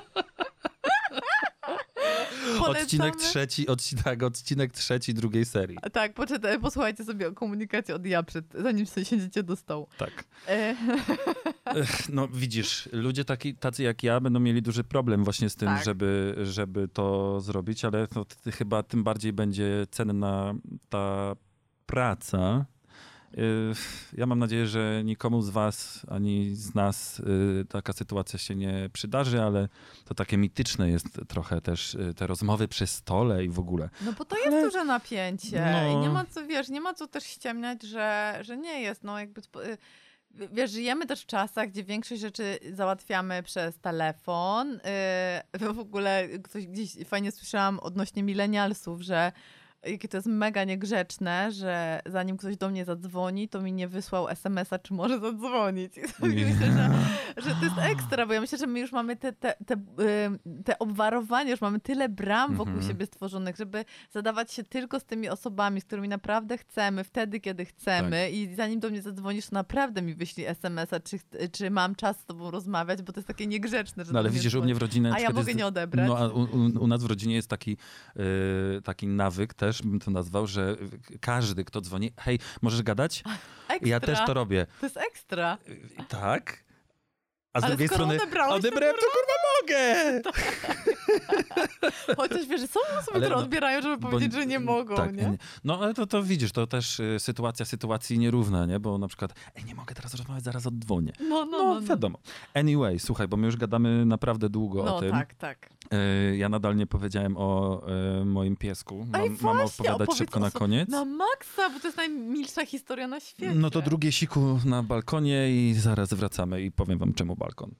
Odcinek Polecamy- trzeci, odcinek, tak, odcinek trzeci drugiej serii. Tak, poczytaj, posłuchajcie sobie o komunikacji od ja, przed, zanim sobie siędziecie do stołu. Tak. E, Ech, No widzisz, ludzie taki, tacy jak ja będą mieli duży problem właśnie z tym, Tak. żeby, żeby to zrobić, ale no, ty, chyba tym bardziej będzie cenna ta praca. Y, Ja mam nadzieję, że nikomu z was ani z nas y, taka sytuacja się nie przydarzy, ale to takie mityczne jest trochę też y, te rozmowy przy stole i w ogóle. No bo to jest duże napięcie No. i nie ma co, wiesz, nie ma co też ściemniać, że, że nie jest, no jakby, spo- y, wiesz, żyjemy też w czasach, gdzie większość rzeczy załatwiamy przez telefon. Y, w ogóle ktoś gdzieś fajnie słyszałam odnośnie milenialsów, że jakie to jest mega niegrzeczne, że zanim ktoś do mnie zadzwoni, to mi nie wysłał es em es a, czy może zadzwonić. I sobie myślę, że, że to jest ekstra, bo ja myślę, że my już mamy te, te, te, te obwarowania, już mamy tyle bram wokół mhm. siebie stworzonych, żeby zadawać się tylko z tymi osobami, z którymi naprawdę chcemy, wtedy, kiedy chcemy tak. i zanim do mnie zadzwonisz, to naprawdę mi wyślij es em es a, czy, czy mam czas z tobą rozmawiać, bo to jest takie niegrzeczne, że no ale widzisz, u mnie w rodzinie... A ja mogę jest, nie odebrać. No a u, u, u nas w rodzinie jest taki, yy, taki nawyk też, bym to nazwał, że każdy, kto dzwoni, hej, możesz gadać? Ekstra. Ja też to robię. To jest ekstra. Yy, tak. A z ale drugiej strony odebrałem, to kurwa mogę! Chociaż wiesz, są osoby, ale które no, odbierają, żeby bo, powiedzieć, że nie mogą, tak, nie? nie? No ale to, to widzisz, to też y, sytuacja sytuacji nierówna, nie? Bo na przykład, ej, nie mogę teraz rozmawiać, zaraz oddzwonię. No, no, no, no, no. wiadomo. Anyway, słuchaj, bo my już gadamy naprawdę długo no, o tym. No tak, tak. Y, ja nadal nie powiedziałem o y, moim piesku. Mam, ej, właśnie, mam opowiadać szybko na koniec. Na maksa, bo to jest najmilsza historia na świecie. No to drugie siku na balkonie i zaraz wracamy i powiem wam, czemu balkon.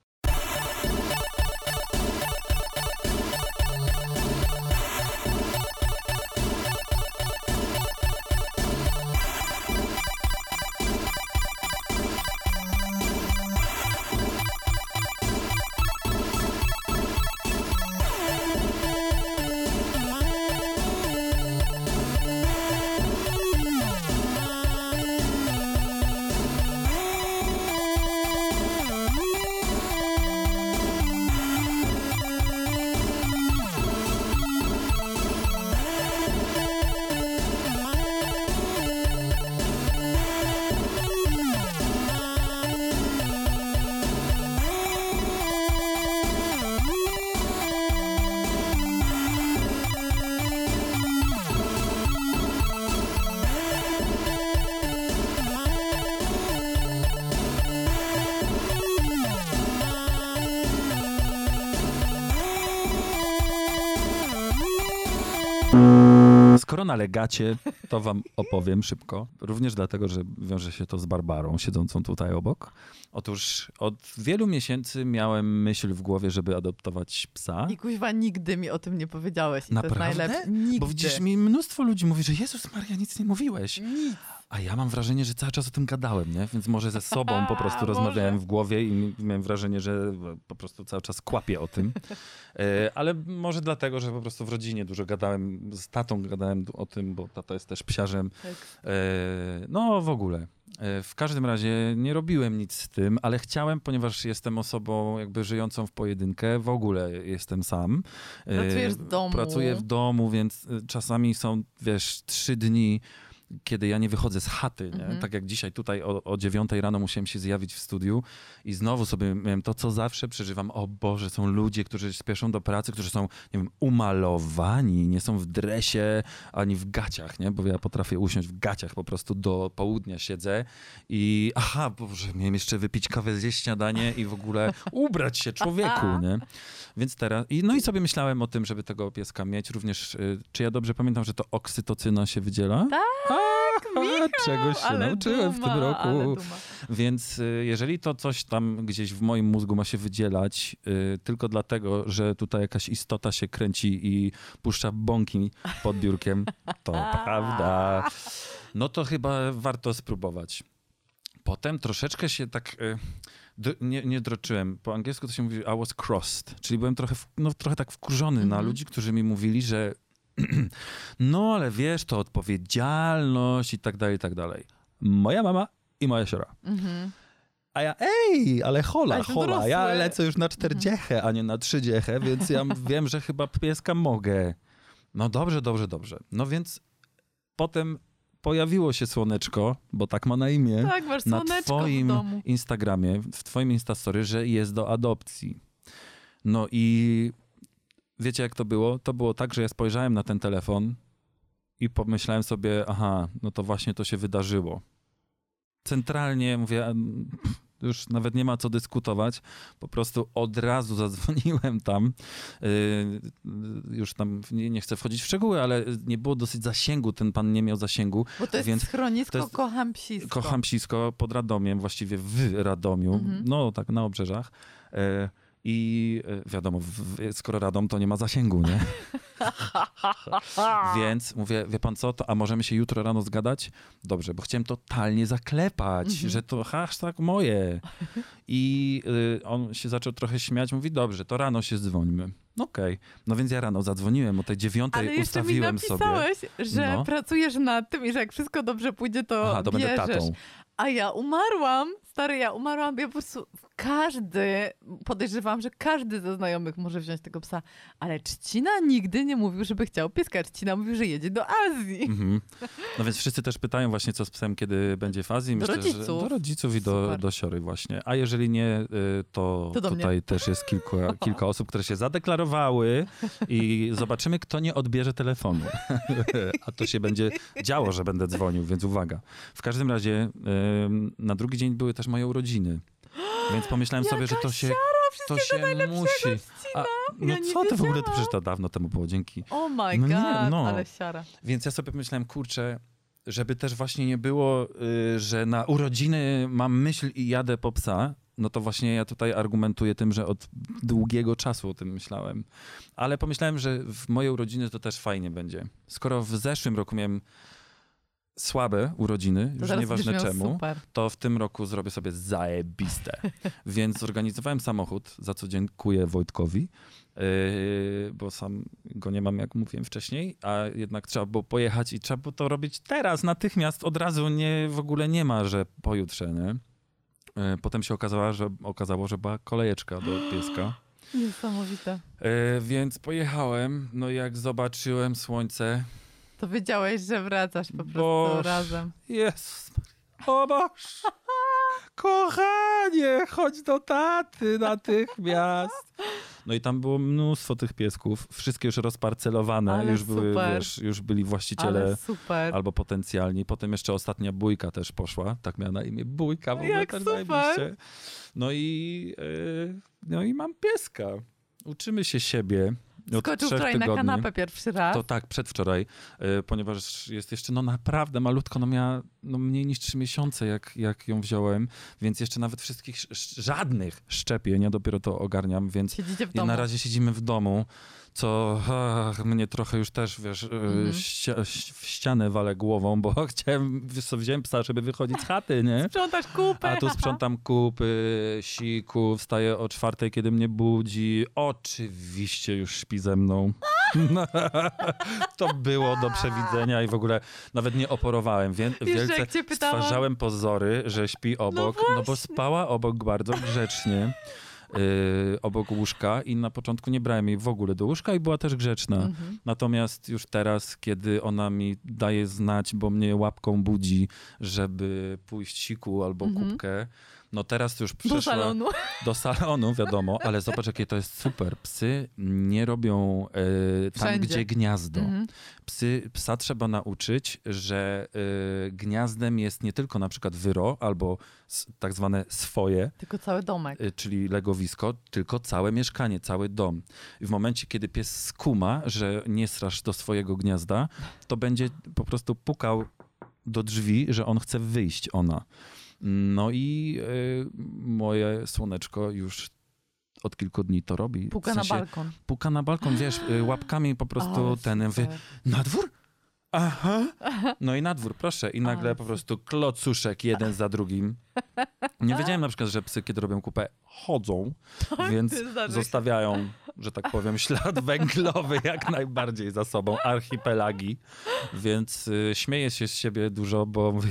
Skoro nalegacie, to wam opowiem szybko. Również dlatego, że wiąże się to z Barbarą, siedzącą tutaj obok. Otóż od wielu miesięcy miałem myśl w głowie, żeby adoptować psa. I kuźwa, nigdy mi o tym nie powiedziałeś. I naprawdę? To jest najlepsze. Nigdy. Bo widzisz, mi mnóstwo ludzi mówi, że Jezus Maria, nic nie mówiłeś. Nic. A ja mam wrażenie, że cały czas o tym gadałem, nie? Więc może ze sobą po prostu rozmawiałem w głowie i miałem wrażenie, że po prostu cały czas kłapię o tym. E, ale może dlatego, że po prostu w rodzinie dużo gadałem, z tatą gadałem o tym, bo tata jest też psiarzem. E, no w ogóle. E, w każdym razie nie robiłem nic z tym, ale chciałem, ponieważ jestem osobą jakby żyjącą w pojedynkę, w ogóle jestem sam. E, Pracujesz w domu. Pracuję w domu, więc czasami są, wiesz, trzy dni, kiedy ja nie wychodzę z chaty, nie? Mm-hmm. Tak jak dzisiaj tutaj o, o dziewiątej rano musiałem się zjawić w studiu i znowu sobie miałem to, co zawsze przeżywam. O Boże, są ludzie, którzy spieszą do pracy, którzy są, nie wiem, umalowani, nie są w dresie ani w gaciach, nie? Bo ja potrafię usiąść w gaciach, po prostu do południa siedzę i aha, Boże, miałem jeszcze wypić kawę, zjeść śniadanie i w ogóle ubrać się człowieku, nie? Więc teraz, i, no i sobie myślałem o tym, żeby tego pieska mieć. Również, y, czy ja dobrze pamiętam, że to oksytocyna się wydziela? Tak. Michał, czegoś się nauczyłem duma, w tym roku. Więc y, jeżeli to coś tam gdzieś w moim mózgu ma się wydzielać y, tylko dlatego, że tutaj jakaś istota się kręci i puszcza bąki pod biurkiem, to prawda. No to chyba warto spróbować. Potem troszeczkę się tak... Y, d- nie, nie droczyłem. Po angielsku to się mówi I was crossed. Czyli byłem trochę, w, no, trochę tak wkurzony mm-hmm. na ludzi, którzy mi mówili, że no, ale wiesz, to odpowiedzialność i tak dalej, i tak dalej. Moja mama i moja siostra. Mm-hmm. A ja, ej, ale hola, hola, dorosły. Ja lecę już na czterdziechę, mm-hmm. a nie na trzydziechę, więc ja wiem, że chyba pieska mogę. No dobrze, dobrze, dobrze. No więc potem pojawiło się słoneczko, bo tak ma na imię, tak, masz na słoneczko twoim w domu. Instagramie, w twoim Instastory, że jest do adopcji. No i wiecie, jak to było? To było tak, że ja spojrzałem na ten telefon i pomyślałem sobie, aha, no to właśnie to się wydarzyło. Centralnie mówię, już nawet nie ma co dyskutować, po prostu od razu zadzwoniłem tam, yy, już tam nie, nie chcę wchodzić w szczegóły, ale nie było dosyć zasięgu, ten pan nie miał zasięgu. Bo to jest więc schronisko to jest, Kocham Psisko. Kocham Psisko pod Radomiem, właściwie w Radomiu, mhm. no tak na obrzeżach. Yy, I y, wiadomo, w, w, skoro Radom, to nie ma zasięgu, nie? Więc mówię, wie pan co, to, a możemy się jutro rano zgadać? Dobrze, bo chciałem totalnie zaklepać, Mhm. że to hashtag moje. I y, on się zaczął trochę śmiać, mówi, dobrze, to rano się dzwońmy. Okej, no więc ja rano zadzwoniłem, o tej dziewiątej Ale jeszcze mi ustawiłem sobie. napisałeś, że No. pracujesz nad tym i że jak wszystko dobrze pójdzie, to Aha, to będę bierzesz. tatą. A ja umarłam, stary, ja umarłam, bo ja po prostu każdy, podejrzewam, że każdy ze znajomych może wziąć tego psa, ale Trzcina nigdy nie mówił, żeby chciał pieska. Trzcina mówił, że jedzie do Azji. Mhm. No więc wszyscy też pytają właśnie, co z psem, kiedy będzie w Azji. Do Myślę, rodziców. Że do rodziców i do, Super. do siory właśnie. A jeżeli nie, y, to, To do tutaj mnie. też jest kilka, kilka osób, które się zadeklarowały i zobaczymy, kto nie odbierze telefonu. A to się będzie działo, że będę dzwonił, więc uwaga. W każdym razie y, na drugi dzień były też moje urodziny. Więc pomyślałem sobie, że to się, to się musi. A, no Ja nie co ty w ogóle, to wiedziałam. przecież to dawno temu było, dzięki. Oh my No nie, god, no. ale siara. Więc ja sobie pomyślałem, kurczę, żeby też właśnie nie było, y, że na urodziny mam myśl i jadę po psa, no to właśnie ja tutaj argumentuję tym, że od długiego czasu o tym myślałem. Ale pomyślałem, że w moje urodziny to też fajnie będzie. Skoro w zeszłym roku miałem słabe urodziny, To już teraz nieważne będziesz miał czemu, Super. to w tym roku zrobię sobie zajebiste. Więc zorganizowałem samochód, za co dziękuję Wojtkowi, yy, bo sam go nie mam, jak mówiłem wcześniej, a jednak trzeba było pojechać i trzeba było to robić teraz, natychmiast, od razu, nie, w ogóle nie ma, że pojutrze, nie? Yy, potem się okazało, że, okazało, że była kolejeczka do pieska. Niesamowite. Yy, więc pojechałem, no i jak zobaczyłem słońce, To wiedziałeś, że wracasz po prostu Boż. razem. jest. O Boż! Kochanie, chodź do taty natychmiast. No i tam było mnóstwo tych piesków, wszystkie już rozparcelowane, Ale już były, super. wiesz, już byli właściciele Ale super. albo potencjalni. Potem jeszcze ostatnia Bójka też poszła, tak miała na imię Bójka, w ogóle Jak tak super. zajebiście. No i, yy, no i mam pieska. Uczymy się siebie. Od Skoczył trzech wczoraj na tygodni. kanapę pierwszy raz. To tak, przedwczoraj, y, ponieważ jest jeszcze no naprawdę malutko, no miała no, mniej niż trzy miesiące, jak, jak ją wziąłem, więc jeszcze nawet wszystkich, sz- żadnych szczepień, ja dopiero to ogarniam, więc Siedzicie w i domu. na razie siedzimy w domu, co ach, mnie trochę już też, wiesz, y, Mhm. ścia- w ścianę walę głową, bo chciałem, wiesz co, wziąłem psa, żeby wychodzić z chaty, nie? Sprzątasz kupę. A tu sprzątam kupy, siku, wstaję o czwartej, kiedy mnie budzi. Oczywiście już śpi ze mną. To było do przewidzenia i w ogóle nawet nie oporowałem. Wie, wielce jak cię pytałam- stwarzałem pozory, że śpi obok, no, bo właśnie. spała obok bardzo grzecznie. Yy, obok łóżka i na początku nie brałem jej w ogóle do łóżka i była też grzeczna. Mhm. Natomiast już teraz, kiedy ona mi daje znać, bo mnie łapką budzi, żeby pójść siku albo Mhm. kubkę, no teraz już Do przeszła salonu. do salonu, wiadomo, ale zobacz, jakie to jest super. Psy nie robią e, tam, Wszędzie. gdzie gniazdo. Mhm. Psy, psa trzeba nauczyć, że e, gniazdem jest nie tylko na przykład wyro albo s, tak zwane swoje, Tylko cały domek. y, czyli legowisko, tylko całe mieszkanie, cały dom. I w momencie, kiedy pies skuma, że nie strasz do swojego gniazda, to będzie po prostu pukał do drzwi, że on chce wyjść, ona. No i y, moje słoneczko już od kilku dni to robi. Puka w sensie, na balkon. Puka na balkon, wiesz, y, łapkami po prostu Ale ten... Wy, super. na dwór? Aha. No i na dwór, proszę. I nagle Ale po prostu klocuszek jeden za drugim. Nie wiedziałem na przykład, że psy, kiedy robią kupę, chodzą, więc zdarza się. zostawiają, że tak powiem, ślad węglowy jak najbardziej za sobą, archipelagi. Więc y, śmieję się z siebie dużo, bo mówię,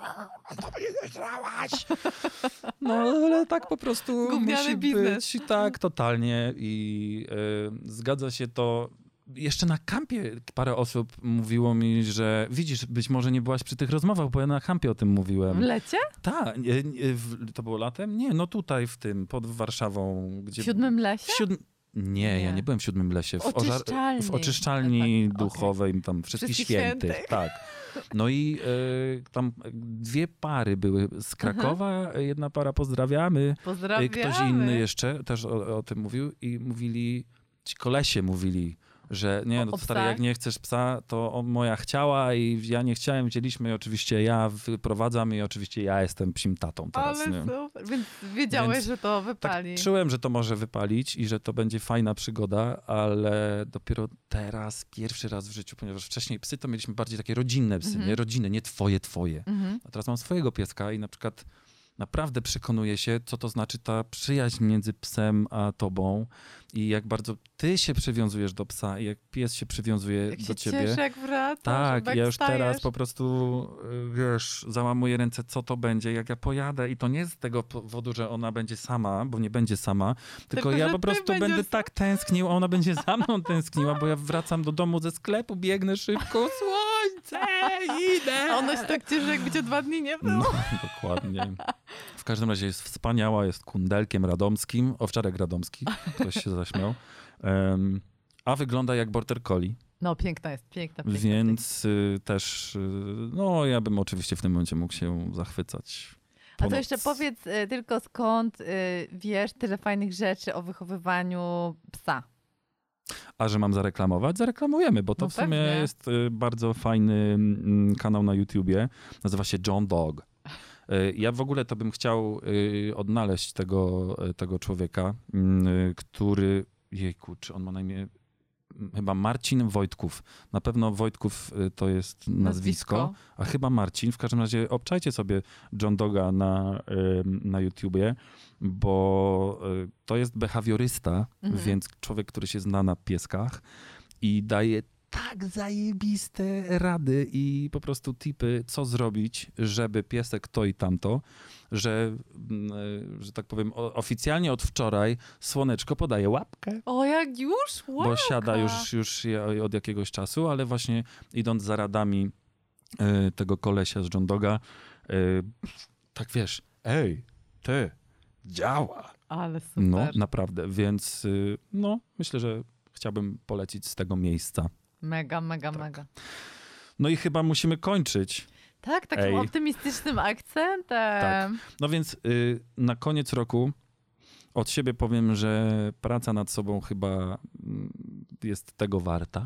no ale tak po prostu Gówniany musi biznes. być. Tak, totalnie. I y, zgadza się to. Jeszcze na kampie parę osób mówiło mi, że widzisz, być może nie byłaś przy tych rozmowach, bo ja na kampie o tym W mówiłem. lecie? Tak, nie, nie, w- to było latem? Nie, no tutaj w tym, pod Warszawą. Gdzie... W Siódmym Lesie? W siódm... Nie, ja Nie. nie byłem w Siódmym Lesie. W, W oczyszczalni. w oczyszczalni Tak, okej. duchowej, tam wszystkich Wszystkich świętych. świętych. Tak. No i e, tam dwie pary były z Krakowa, jedna para pozdrawiamy. E, Pozdrawiamy. Ktoś inny jeszcze też o, o tym mówił i mówili, ci kolesie mówili, że nie, no O to stary, psach? jak nie chcesz psa, to on, moja chciała i ja nie chciałem, wzięliśmy i oczywiście ja wyprowadzam i oczywiście ja jestem psim tatą teraz. Ale nie? super, więc wiedziałeś, Więc że to Tak wypali. czułem, że to może wypalić i że to będzie fajna przygoda, ale dopiero teraz, pierwszy raz w życiu, ponieważ wcześniej psy to mieliśmy bardziej takie rodzinne psy, Mhm. nie rodziny, nie twoje, twoje. Mhm. A teraz mam swojego pieska i na przykład naprawdę przekonuję się, co to znaczy ta przyjaźń między psem a tobą i jak bardzo ty się przywiązujesz do psa i jak pies się przywiązuje Jak do się ciebie. cieszę, jak wracasz, Tak, jak ja już wstajesz. teraz po prostu, y, wiesz, załamuję ręce, co to będzie, jak ja pojadę i to nie z tego powodu, że ona będzie sama, bo nie będzie sama, tylko, Tylko, ja że po ty prostu będziesz będę sam. tak tęsknił, a ona będzie za mną tęskniła, bo ja wracam do domu ze sklepu, biegnę szybko, słońce, idę! A ona się tak cieszy, jakby cię dwa dni nie było. No, dokładnie. W każdym razie jest wspaniała, jest kundelkiem radomskim, owczarek radomski, ktoś się zaśmiał, um, a wygląda jak border collie. No, piękna jest, piękna, piękna. Więc y, też, y, no ja bym oczywiście w tym momencie mógł się zachwycać. A po to jeszcze noc. powiedz y, tylko skąd y, wiesz tyle fajnych rzeczy o wychowywaniu psa. A że mam zareklamować? Zareklamujemy, bo to No w sumie pewnie. jest y, bardzo fajny mm, kanał na YouTubie. Nazywa się John Dog. Y, Ja w ogóle to bym chciał y, odnaleźć tego, y, tego człowieka, y, który, jejku, czy on ma na imię? Chyba Marcin Wojtków. Na pewno Wojtków y, to jest nazwisko, Nazwisko. a chyba Marcin. W każdym razie obczajcie sobie John Doga na, y, na YouTubie, bo y, to jest behawiorysta, Mhm. więc człowiek, który się zna na pieskach i daje tak zajebiste rady i po prostu tipy, co zrobić, żeby piesek to i tamto, że, mm, y, że tak powiem, o, oficjalnie od wczoraj Słoneczko podaje łapkę. O, jak już? Wow. Bo siada już, już je od jakiegoś czasu, ale właśnie idąc za radami y, tego kolesia z John Doga, y, tak wiesz, ej, ty, działa. Ale super. No, naprawdę, więc y, no, myślę, że chciałbym polecić z tego miejsca. Mega, mega, Tak. mega. No i chyba musimy kończyć. Tak, takim Ej. optymistycznym akcentem. Tak. No więc y, na koniec roku od siebie powiem, że praca nad sobą chyba mm, jest tego warta,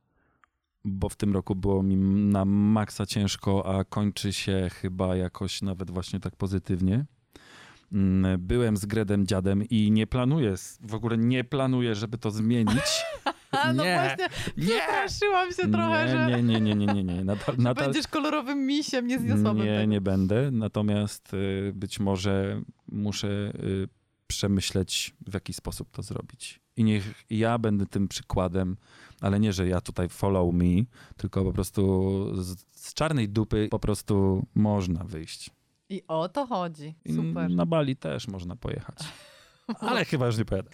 bo w tym roku było mi na maksa ciężko, a kończy się chyba jakoś nawet właśnie tak pozytywnie. Mm, Byłem z Gredem dziadem i nie planuję, w ogóle nie planuję, żeby to zmienić. A, no nie, właśnie, nie, przestraszyłam się trochę, że, nie, nie, nie, nie, nie, nie. Nadal, że nadal, będziesz kolorowym misiem, niezniosłabym nie, tego. nie będę. Natomiast y, być może muszę y, przemyśleć, w jaki sposób to zrobić. I niech ja będę tym przykładem, ale nie, że ja tutaj follow me, tylko po prostu z, z czarnej dupy po prostu można wyjść. I o to chodzi. I Super. na Bali też można pojechać. Ale chyba już nie pojadę.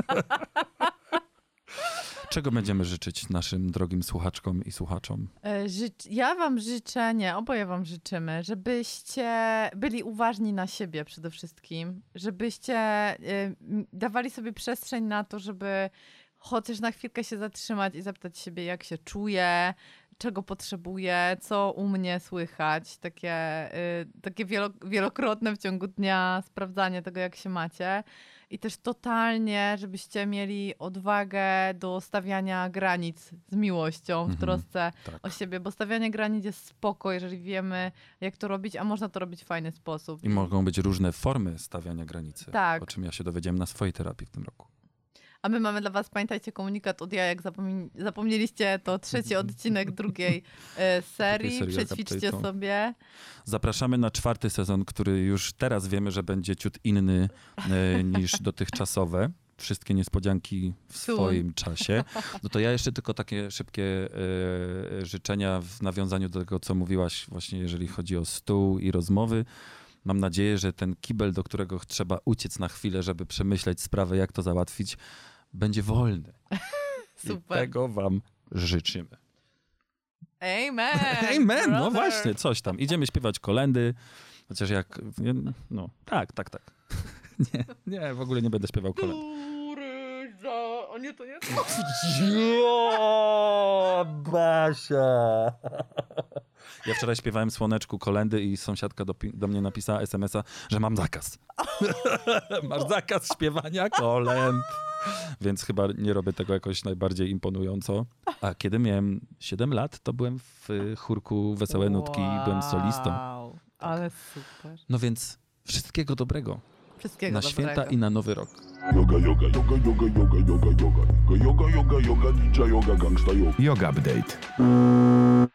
Czego będziemy życzyć naszym drogim słuchaczkom i słuchaczom? E, Życz, ja wam życzę, nie, oboje wam życzymy, żebyście byli uważni na siebie przede wszystkim, żebyście e, m, dawali sobie przestrzeń na to, żeby chociaż na chwilkę się zatrzymać i zapytać siebie, jak się czuję, czego potrzebuję, co u mnie słychać. Takie, y, takie wielo, wielokrotne w ciągu dnia sprawdzanie tego, jak się macie. I też totalnie, żebyście mieli odwagę do stawiania granic z miłością, w Mhm, trosce tak. o siebie, bo stawianie granic jest spoko, jeżeli wiemy, jak to robić, a można to robić w fajny sposób. I mogą być różne formy stawiania granicy, Tak. o czym ja się dowiedziałem na swojej terapii w tym roku. A my mamy dla was, pamiętajcie, komunikat od ja, jak zapomni- zapomnieliście, to trzeci odcinek drugiej e, serii. serii Przećwiczcie Agapejto. sobie. Zapraszamy na czwarty sezon, który już teraz wiemy, że będzie ciut inny e, niż dotychczasowe. Wszystkie niespodzianki w Soon. swoim czasie. No to ja jeszcze tylko takie szybkie e, życzenia w nawiązaniu do tego, co mówiłaś właśnie, jeżeli chodzi o stół i rozmowy. Mam nadzieję, że ten kibel, do którego trzeba uciec na chwilę, żeby przemyśleć sprawę, jak to załatwić, będzie wolny. I Super. tego wam życzymy. Amen! Amen, no brother. właśnie, coś tam. Idziemy śpiewać kolendy, chociaż jak, nie, no tak, tak, tak. Nie, nie, w ogóle nie będę śpiewał kolęd. Który za O nie, to nie to. Jo, Basia! Ja wczoraj śpiewałem Słoneczku kolendy i sąsiadka do, do mnie napisała es em es a, że mam zakaz. Masz zakaz śpiewania kolęd. Więc chyba nie robię tego jakoś najbardziej imponująco. A kiedy miałem siedem lat, to byłem w chórku Wesołe Nutki i byłem solistą. Wow, ale super. No więc wszystkiego dobrego. Wszystkiego Na dobrego. święta i na nowy rok. Yoga, yoga, yoga, yoga, yoga, yoga, yoga. Yoga, yoga, yoga, ninja yoga, gangsta yoga. Yoga Update.